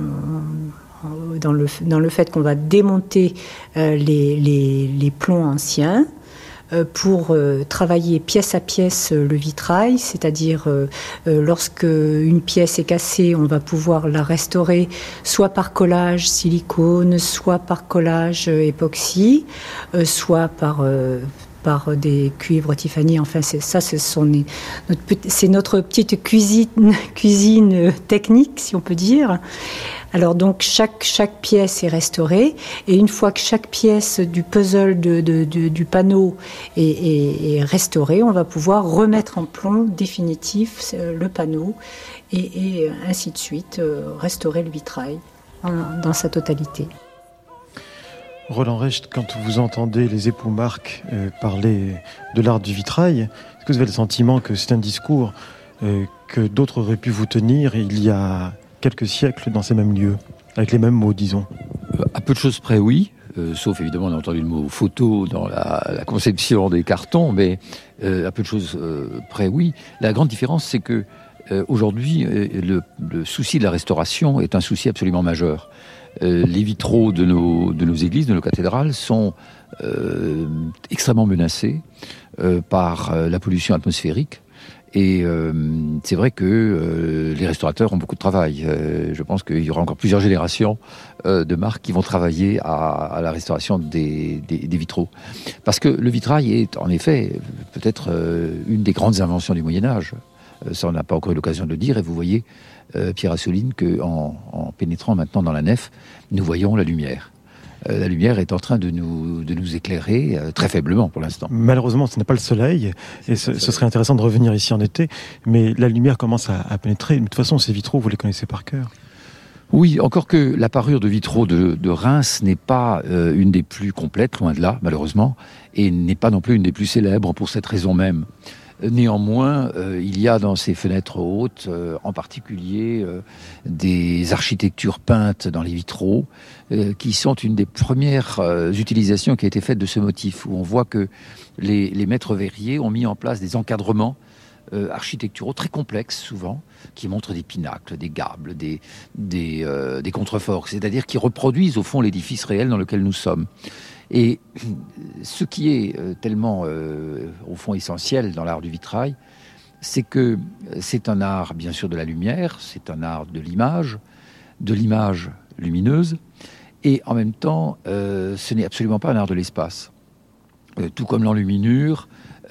Dans le, dans le fait qu'on va démonter euh, les, les, les plombs anciens euh, pour euh, travailler pièce à pièce euh, le vitrail, c'est-à-dire euh, euh, lorsque une pièce est cassée, on va pouvoir la restaurer soit par collage silicone, soit par collage euh, époxy, euh, soit par... Euh, par des cuivres Tiffany, enfin c'est ça, ce sont les, notre, c'est notre petite cuisine, cuisine technique, si on peut dire. Alors donc chaque, chaque pièce est restaurée, et une fois que chaque pièce du puzzle de, de, de, du panneau est, est, est restaurée, on va pouvoir remettre en plomb définitif le panneau, et, et ainsi de suite, restaurer le vitrail en, dans sa totalité. Roland Recht, quand vous entendez les époux Marc euh, parler de l'art du vitrail, est-ce que vous avez le sentiment que c'est un discours euh, que d'autres auraient pu vous tenir il y a quelques siècles dans ces mêmes lieux, avec les mêmes mots, disons? À peu de choses près, oui. Euh, sauf évidemment, on a entendu le mot photo dans la, la conception des cartons, mais euh, à peu de choses euh, près, oui. La grande différence, c'est que euh, aujourd'hui, euh, le, le souci de la restauration est un souci absolument majeur. Euh, les vitraux de nos, de nos églises, de nos cathédrales, sont euh, extrêmement menacés euh, par euh, la pollution atmosphérique. Et euh, c'est vrai que euh, les restaurateurs ont beaucoup de travail. Euh, je pense qu'il y aura encore plusieurs générations euh, de marques qui vont travailler à, à la restauration des, des, des vitraux. Parce que le vitrail est en effet peut-être euh, une des grandes inventions du Moyen-Âge. Euh, ça, on n'a pas encore eu l'occasion de le dire. Et vous voyez, euh, Pierre Assouline, qu'en en pénétrant maintenant dans la nef, nous voyons la lumière. Euh, la lumière est en train de nous, de nous éclairer euh, très faiblement pour l'instant. Malheureusement, ce n'est pas le soleil, et ce, ce serait intéressant de revenir ici en été, mais la lumière commence à, à pénétrer. De toute façon, ces vitraux, vous les connaissez par cœur. Oui, encore que la parure de vitraux de, de Reims n'est pas euh, une des plus complètes, loin de là, malheureusement, et n'est pas non plus une des plus célèbres pour cette raison même. Néanmoins, euh, il y a dans ces fenêtres hautes, euh, en particulier, euh, des architectures peintes dans les vitraux, euh, qui sont une des premières euh, utilisations qui a été faite de ce motif, où on voit que les, les maîtres verriers ont mis en place des encadrements euh, architecturaux très complexes, souvent, qui montrent des pinacles, des gables, des, des, euh, des contreforts, c'est-à-dire qui reproduisent au fond l'édifice réel dans lequel nous sommes. Et ce qui est tellement, euh, au fond, essentiel dans l'art du vitrail, c'est que c'est un art, bien sûr, de la lumière, c'est un art de l'image, de l'image lumineuse, et en même temps, euh, ce n'est absolument pas un art de l'espace. Euh, tout comme l'enluminure,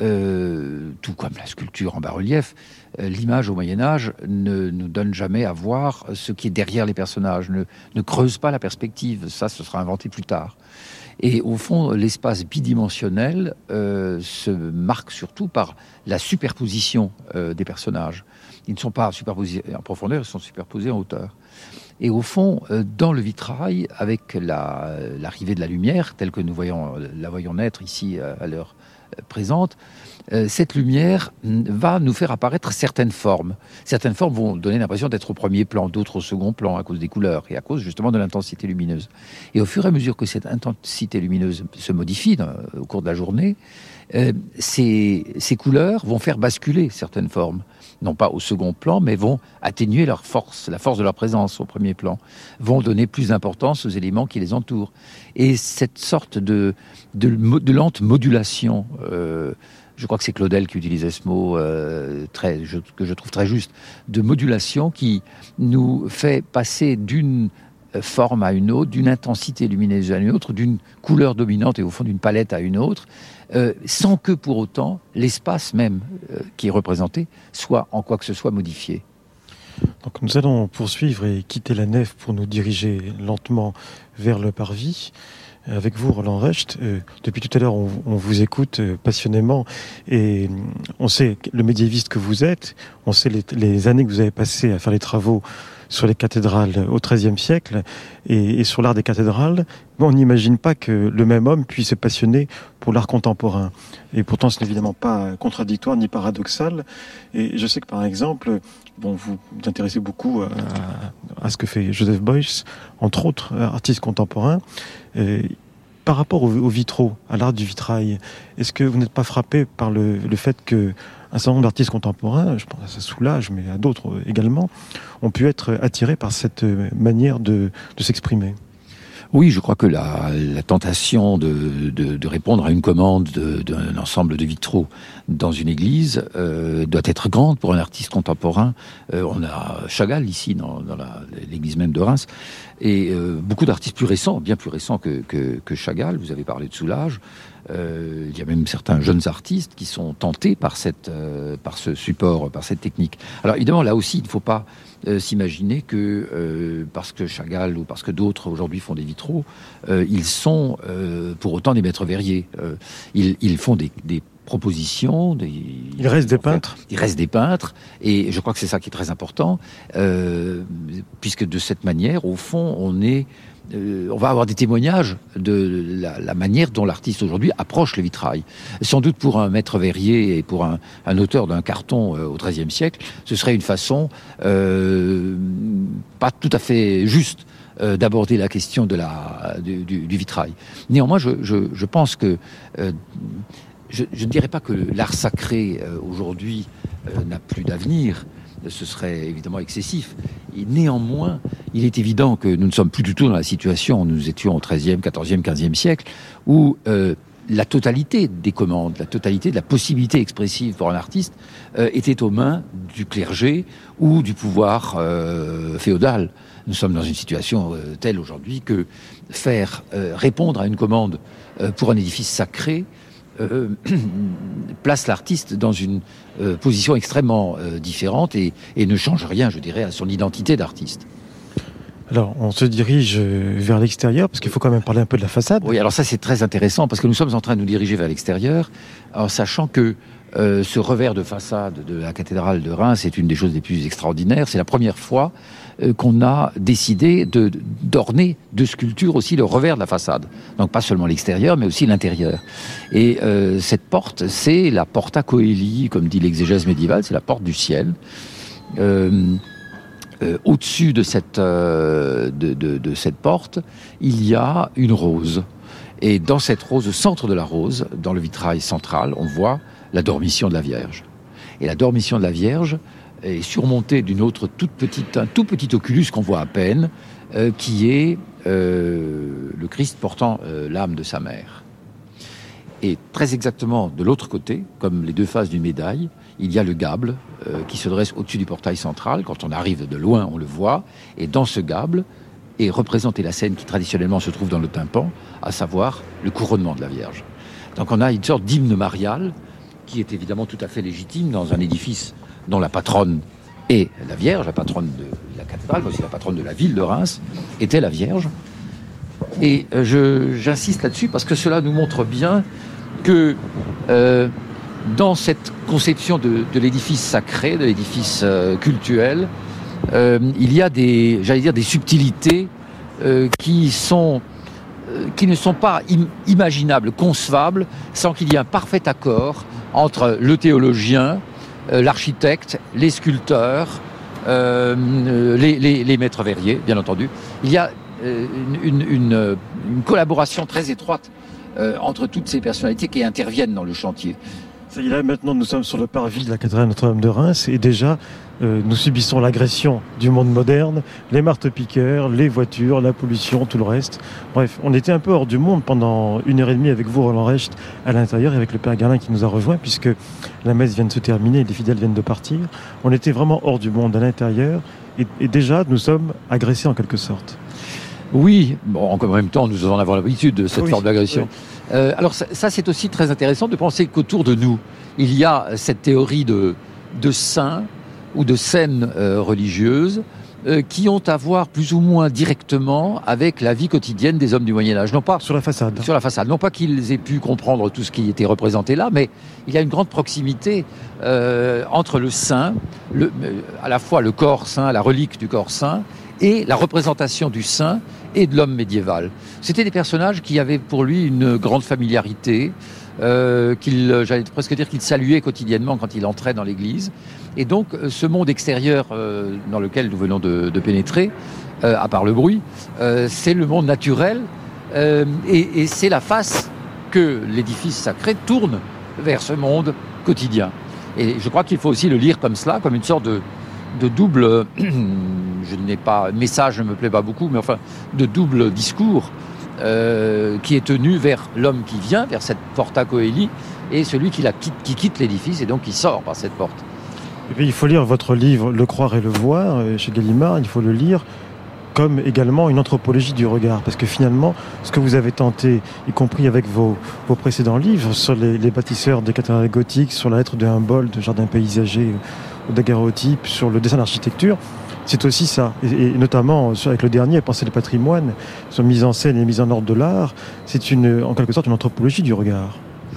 euh, tout comme la sculpture en bas-relief, euh, l'image au Moyen-Âge ne nous donne jamais à voir ce qui est derrière les personnages, ne, ne creuse pas la perspective, ça, ce sera inventé plus tard. Et au fond, l'espace bidimensionnel euh, se marque surtout par la superposition euh, des personnages. Ils ne sont pas superposés en profondeur, ils sont superposés en hauteur. Et au fond, euh, dans le vitrail, avec la, l'arrivée de la lumière, telle que nous voyons, la voyons naître ici à l'heure présente, euh, cette lumière va nous faire apparaître certaines formes. Certaines formes vont donner l'impression d'être au premier plan, d'autres au second plan à cause des couleurs et à cause justement de l'intensité lumineuse. Et au fur et à mesure que cette intensité lumineuse se modifie dans, au cours de la journée, euh, ces, ces couleurs vont faire basculer certaines formes, non pas au second plan, mais vont atténuer leur force, la force de leur présence au premier plan, vont donner plus d'importance aux éléments qui les entourent. Et cette sorte de, de, de lente modulation, euh, je crois que c'est Claudel qui utilisait ce mot euh, très, je, que je trouve très juste, de modulation qui nous fait passer d'une forme à une autre, d'une intensité lumineuse à une autre, d'une couleur dominante et au fond d'une palette à une autre, euh, sans que pour autant l'espace même euh, qui est représenté soit en quoi que ce soit modifié. Donc nous allons poursuivre et quitter la nef pour nous diriger lentement vers le parvis. Avec vous, Roland Recht, euh, depuis tout à l'heure, on, on vous écoute euh, passionnément et on sait le médiéviste que vous êtes, on sait les, les années que vous avez passées à faire les travaux sur les cathédrales au treizième siècle et, et sur l'art des cathédrales. Bon, on n'imagine pas que le même homme puisse se passionner pour l'art contemporain. Et pourtant, ce n'est évidemment pas contradictoire ni paradoxal. Et je sais que, par exemple, bon, vous vous intéressez beaucoup à, à ce que fait Joseph Beuys, entre autres artistes contemporains. Et par rapport aux, aux vitraux, à l'art du vitrail, est-ce que vous n'êtes pas frappé par le, le fait que un certain nombre d'artistes contemporains, je pense à ça Soulages, mais à d'autres également, ont pu être attirés par cette manière de, de s'exprimer? Oui, je crois que la, la tentation de, de, de répondre à une commande de, d'un ensemble de vitraux dans une église euh, doit être grande pour un artiste contemporain. Euh, on a Chagall ici, dans, dans la, l'église même de Reims, et euh, beaucoup d'artistes plus récents, bien plus récents que, que, que Chagall. Vous avez parlé de Soulages. Euh, il y a même certains jeunes artistes qui sont tentés par, cette, euh, par ce support, par cette technique. Alors évidemment, là aussi, il ne faut pas euh, s'imaginer que euh, parce que Chagall ou parce que d'autres aujourd'hui font des vitraux, euh, ils sont euh, pour autant des maîtres verriers. Euh, ils, ils font des, des propositions. Des, il reste des peintres. Fait, il reste des peintres, et je crois que c'est ça qui est très important, euh, puisque de cette manière, au fond, on est euh, on va avoir des témoignages de la, la manière dont l'artiste aujourd'hui approche le vitrail. Sans doute pour un maître verrier et pour un, un auteur d'un carton euh, au treizième siècle, ce serait une façon euh, pas tout à fait juste euh, d'aborder la question de la, du, du, du vitrail. Néanmoins, je, je, je pense que euh, je, je ne dirais pas que l'art sacré euh, aujourd'hui euh, n'a plus d'avenir. Ce serait évidemment excessif. Et néanmoins, il est évident que nous ne sommes plus du tout dans la situation où nous étions au treizième, quatorzième, quinzième siècle, où euh, la totalité des commandes, la totalité de la possibilité expressive pour un artiste euh, était aux mains du clergé ou du pouvoir euh, féodal. Nous sommes dans une situation euh, telle aujourd'hui que faire euh, répondre à une commande euh, pour un édifice sacré Euh, place l'artiste dans une euh, position extrêmement euh, différente et, et ne change rien, je dirais, à son identité d'artiste. Alors, on se dirige vers l'extérieur, parce qu'il faut quand même parler un peu de la façade. Oui, alors ça c'est très intéressant, parce que nous sommes en train de nous diriger vers l'extérieur, en sachant que euh, ce revers de façade de la cathédrale de Reims est une des choses les plus extraordinaires. C'est la première fois euh, qu'on a décidé de, d'orner de sculptures aussi le revers de la façade. Donc pas seulement l'extérieur, mais aussi l'intérieur. Et euh, cette porte, c'est la porta coeli, comme dit l'exégèse médiévale, c'est la porte du ciel. Euh, Euh, au-dessus de cette, euh, de, de, de cette porte, il y a une rose. Et dans cette rose, au centre de la rose, dans le vitrail central, on voit la dormition de la Vierge. Et la dormition de la Vierge est surmontée d'une autre toute petite, un tout petit oculus qu'on voit à peine, euh, qui est euh, le Christ portant euh, l'âme de sa mère. Et très exactement de l'autre côté, comme les deux faces d'une médaille, il y a le gable euh, qui se dresse au-dessus du portail central. Quand on arrive de loin, on le voit. Et dans ce gable est représentée la scène qui traditionnellement se trouve dans le tympan, à savoir le couronnement de la Vierge. Donc on a une sorte d'hymne marial qui est évidemment tout à fait légitime dans un édifice dont la patronne est la Vierge, la patronne de la cathédrale, mais aussi la patronne de la ville de Reims, était la Vierge. Et euh, je, j'insiste là-dessus parce que cela nous montre bien que euh, dans cette conception de, de l'édifice sacré, de l'édifice euh, cultuel, euh, il y a des, j'allais dire, des subtilités euh, qui sont, euh, qui ne sont pas im- imaginables, concevables, sans qu'il y ait un parfait accord entre le théologien, euh, l'architecte, les sculpteurs, euh, les, les, les maîtres verriers, bien entendu. Il y a euh, une, une, une, une collaboration très étroite euh, entre toutes ces personnalités qui interviennent dans le chantier. Ça y est, là, maintenant, nous sommes sur le parvis de la cathédrale Notre-Dame de Reims et déjà, euh, nous subissons l'agression du monde moderne, les marteaux-piqueurs, les voitures, la pollution, tout le reste. Bref, on était un peu hors du monde pendant une heure et demie avec vous, Roland Recht, à l'intérieur, et avec le Père Garlin qui nous a rejoint, puisque la messe vient de se terminer et les fidèles viennent de partir. On était vraiment hors du monde à l'intérieur et, et déjà, nous sommes agressés en quelque sorte. Oui, bon, en même temps, nous en avons l'habitude de cette oui, forme d'agression. Oui. Euh, alors ça, ça, c'est aussi très intéressant de penser qu'autour de nous, il y a cette théorie de, de saints ou de scènes euh, religieuses euh, qui ont à voir plus ou moins directement avec la vie quotidienne des hommes du Moyen-Âge. Non pas sur la façade. Sur la façade. Non pas qu'ils aient pu comprendre tout ce qui était représenté là, mais il y a une grande proximité euh, entre le saint, le, à la fois le corps saint, la relique du corps saint, et la représentation du saint et de l'homme médiéval. C'était des personnages qui avaient pour lui une grande familiarité, euh, qu'il, j'allais presque dire qu'il saluait quotidiennement quand il entrait dans l'église. Et donc, ce monde extérieur euh, dans lequel nous venons de, de pénétrer, euh, à part le bruit, euh, c'est le monde naturel, euh, et, et c'est la face que l'édifice sacré tourne vers ce monde quotidien. Et je crois qu'il faut aussi le lire comme cela, comme une sorte de de double, je n'ai pas, message ne me plaît pas beaucoup, mais enfin, de double discours euh, qui est tenu vers l'homme qui vient, vers cette porta coeli, et celui qui, la quitte, qui quitte l'édifice et donc qui sort par cette porte. Et puis, il faut lire votre livre Le croire et le voir chez Gallimard, il faut le lire comme également une anthropologie du regard, parce que finalement, ce que vous avez tenté, y compris avec vos, vos précédents livres, sur les, les bâtisseurs des cathédrales gothiques, sur la lettre de Humboldt, de jardin paysager, ou daguerréotype, sur le dessin d'architecture, c'est aussi ça. Et, et notamment avec le dernier, Pensée des patrimoines, sur mise en scène et mise en ordre de l'art, c'est une, en quelque sorte une anthropologie du regard.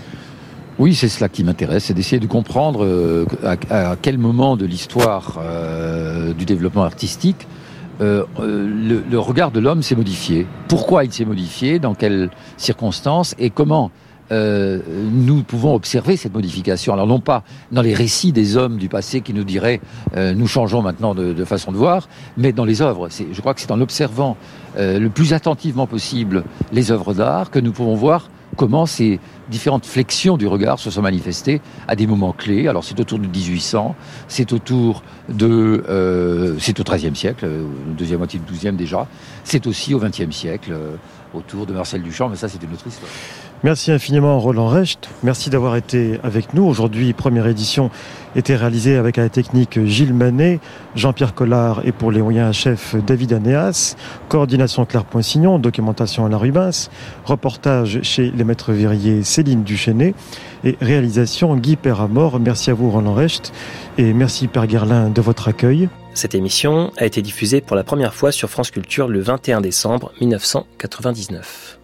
Oui, c'est cela qui m'intéresse, c'est d'essayer de comprendre euh, à, à quel moment de l'histoire euh, du développement artistique euh, le, le regard de l'homme s'est modifié. Pourquoi il s'est modifié, dans quelles circonstances et comment euh, nous pouvons observer cette modification. Alors non pas dans les récits des hommes du passé qui nous diraient euh, nous changeons maintenant de, de façon de voir, mais dans les œuvres. C'est, je crois que c'est en observant euh, le plus attentivement possible les œuvres d'art que nous pouvons voir comment ces différentes flexions du regard se sont manifestées à des moments clés. Alors c'est autour du dix-huit cents, c'est autour de, euh, c'est au treizième siècle, euh, deuxième moitié du douzième déjà, c'est aussi au vingtième siècle, euh, autour de Marcel Duchamp, mais ça c'est une autre histoire. Merci infiniment Roland Recht, merci d'avoir été avec nous. Aujourd'hui, première édition était réalisée avec à la technique Gilles Manet, Jean-Pierre Collard et pour les moyens chef David Anéas, coordination Claire Poinsignon, documentation Alain Rubens, reportage chez les Maîtres Verriers Céline Duchesnay et réalisation Guy Perramort. Merci à vous Roland Recht et merci Père Guerlain de votre accueil. Cette émission a été diffusée pour la première fois sur France Culture le vingt et un décembre mille neuf cent quatre-vingt-dix-neuf.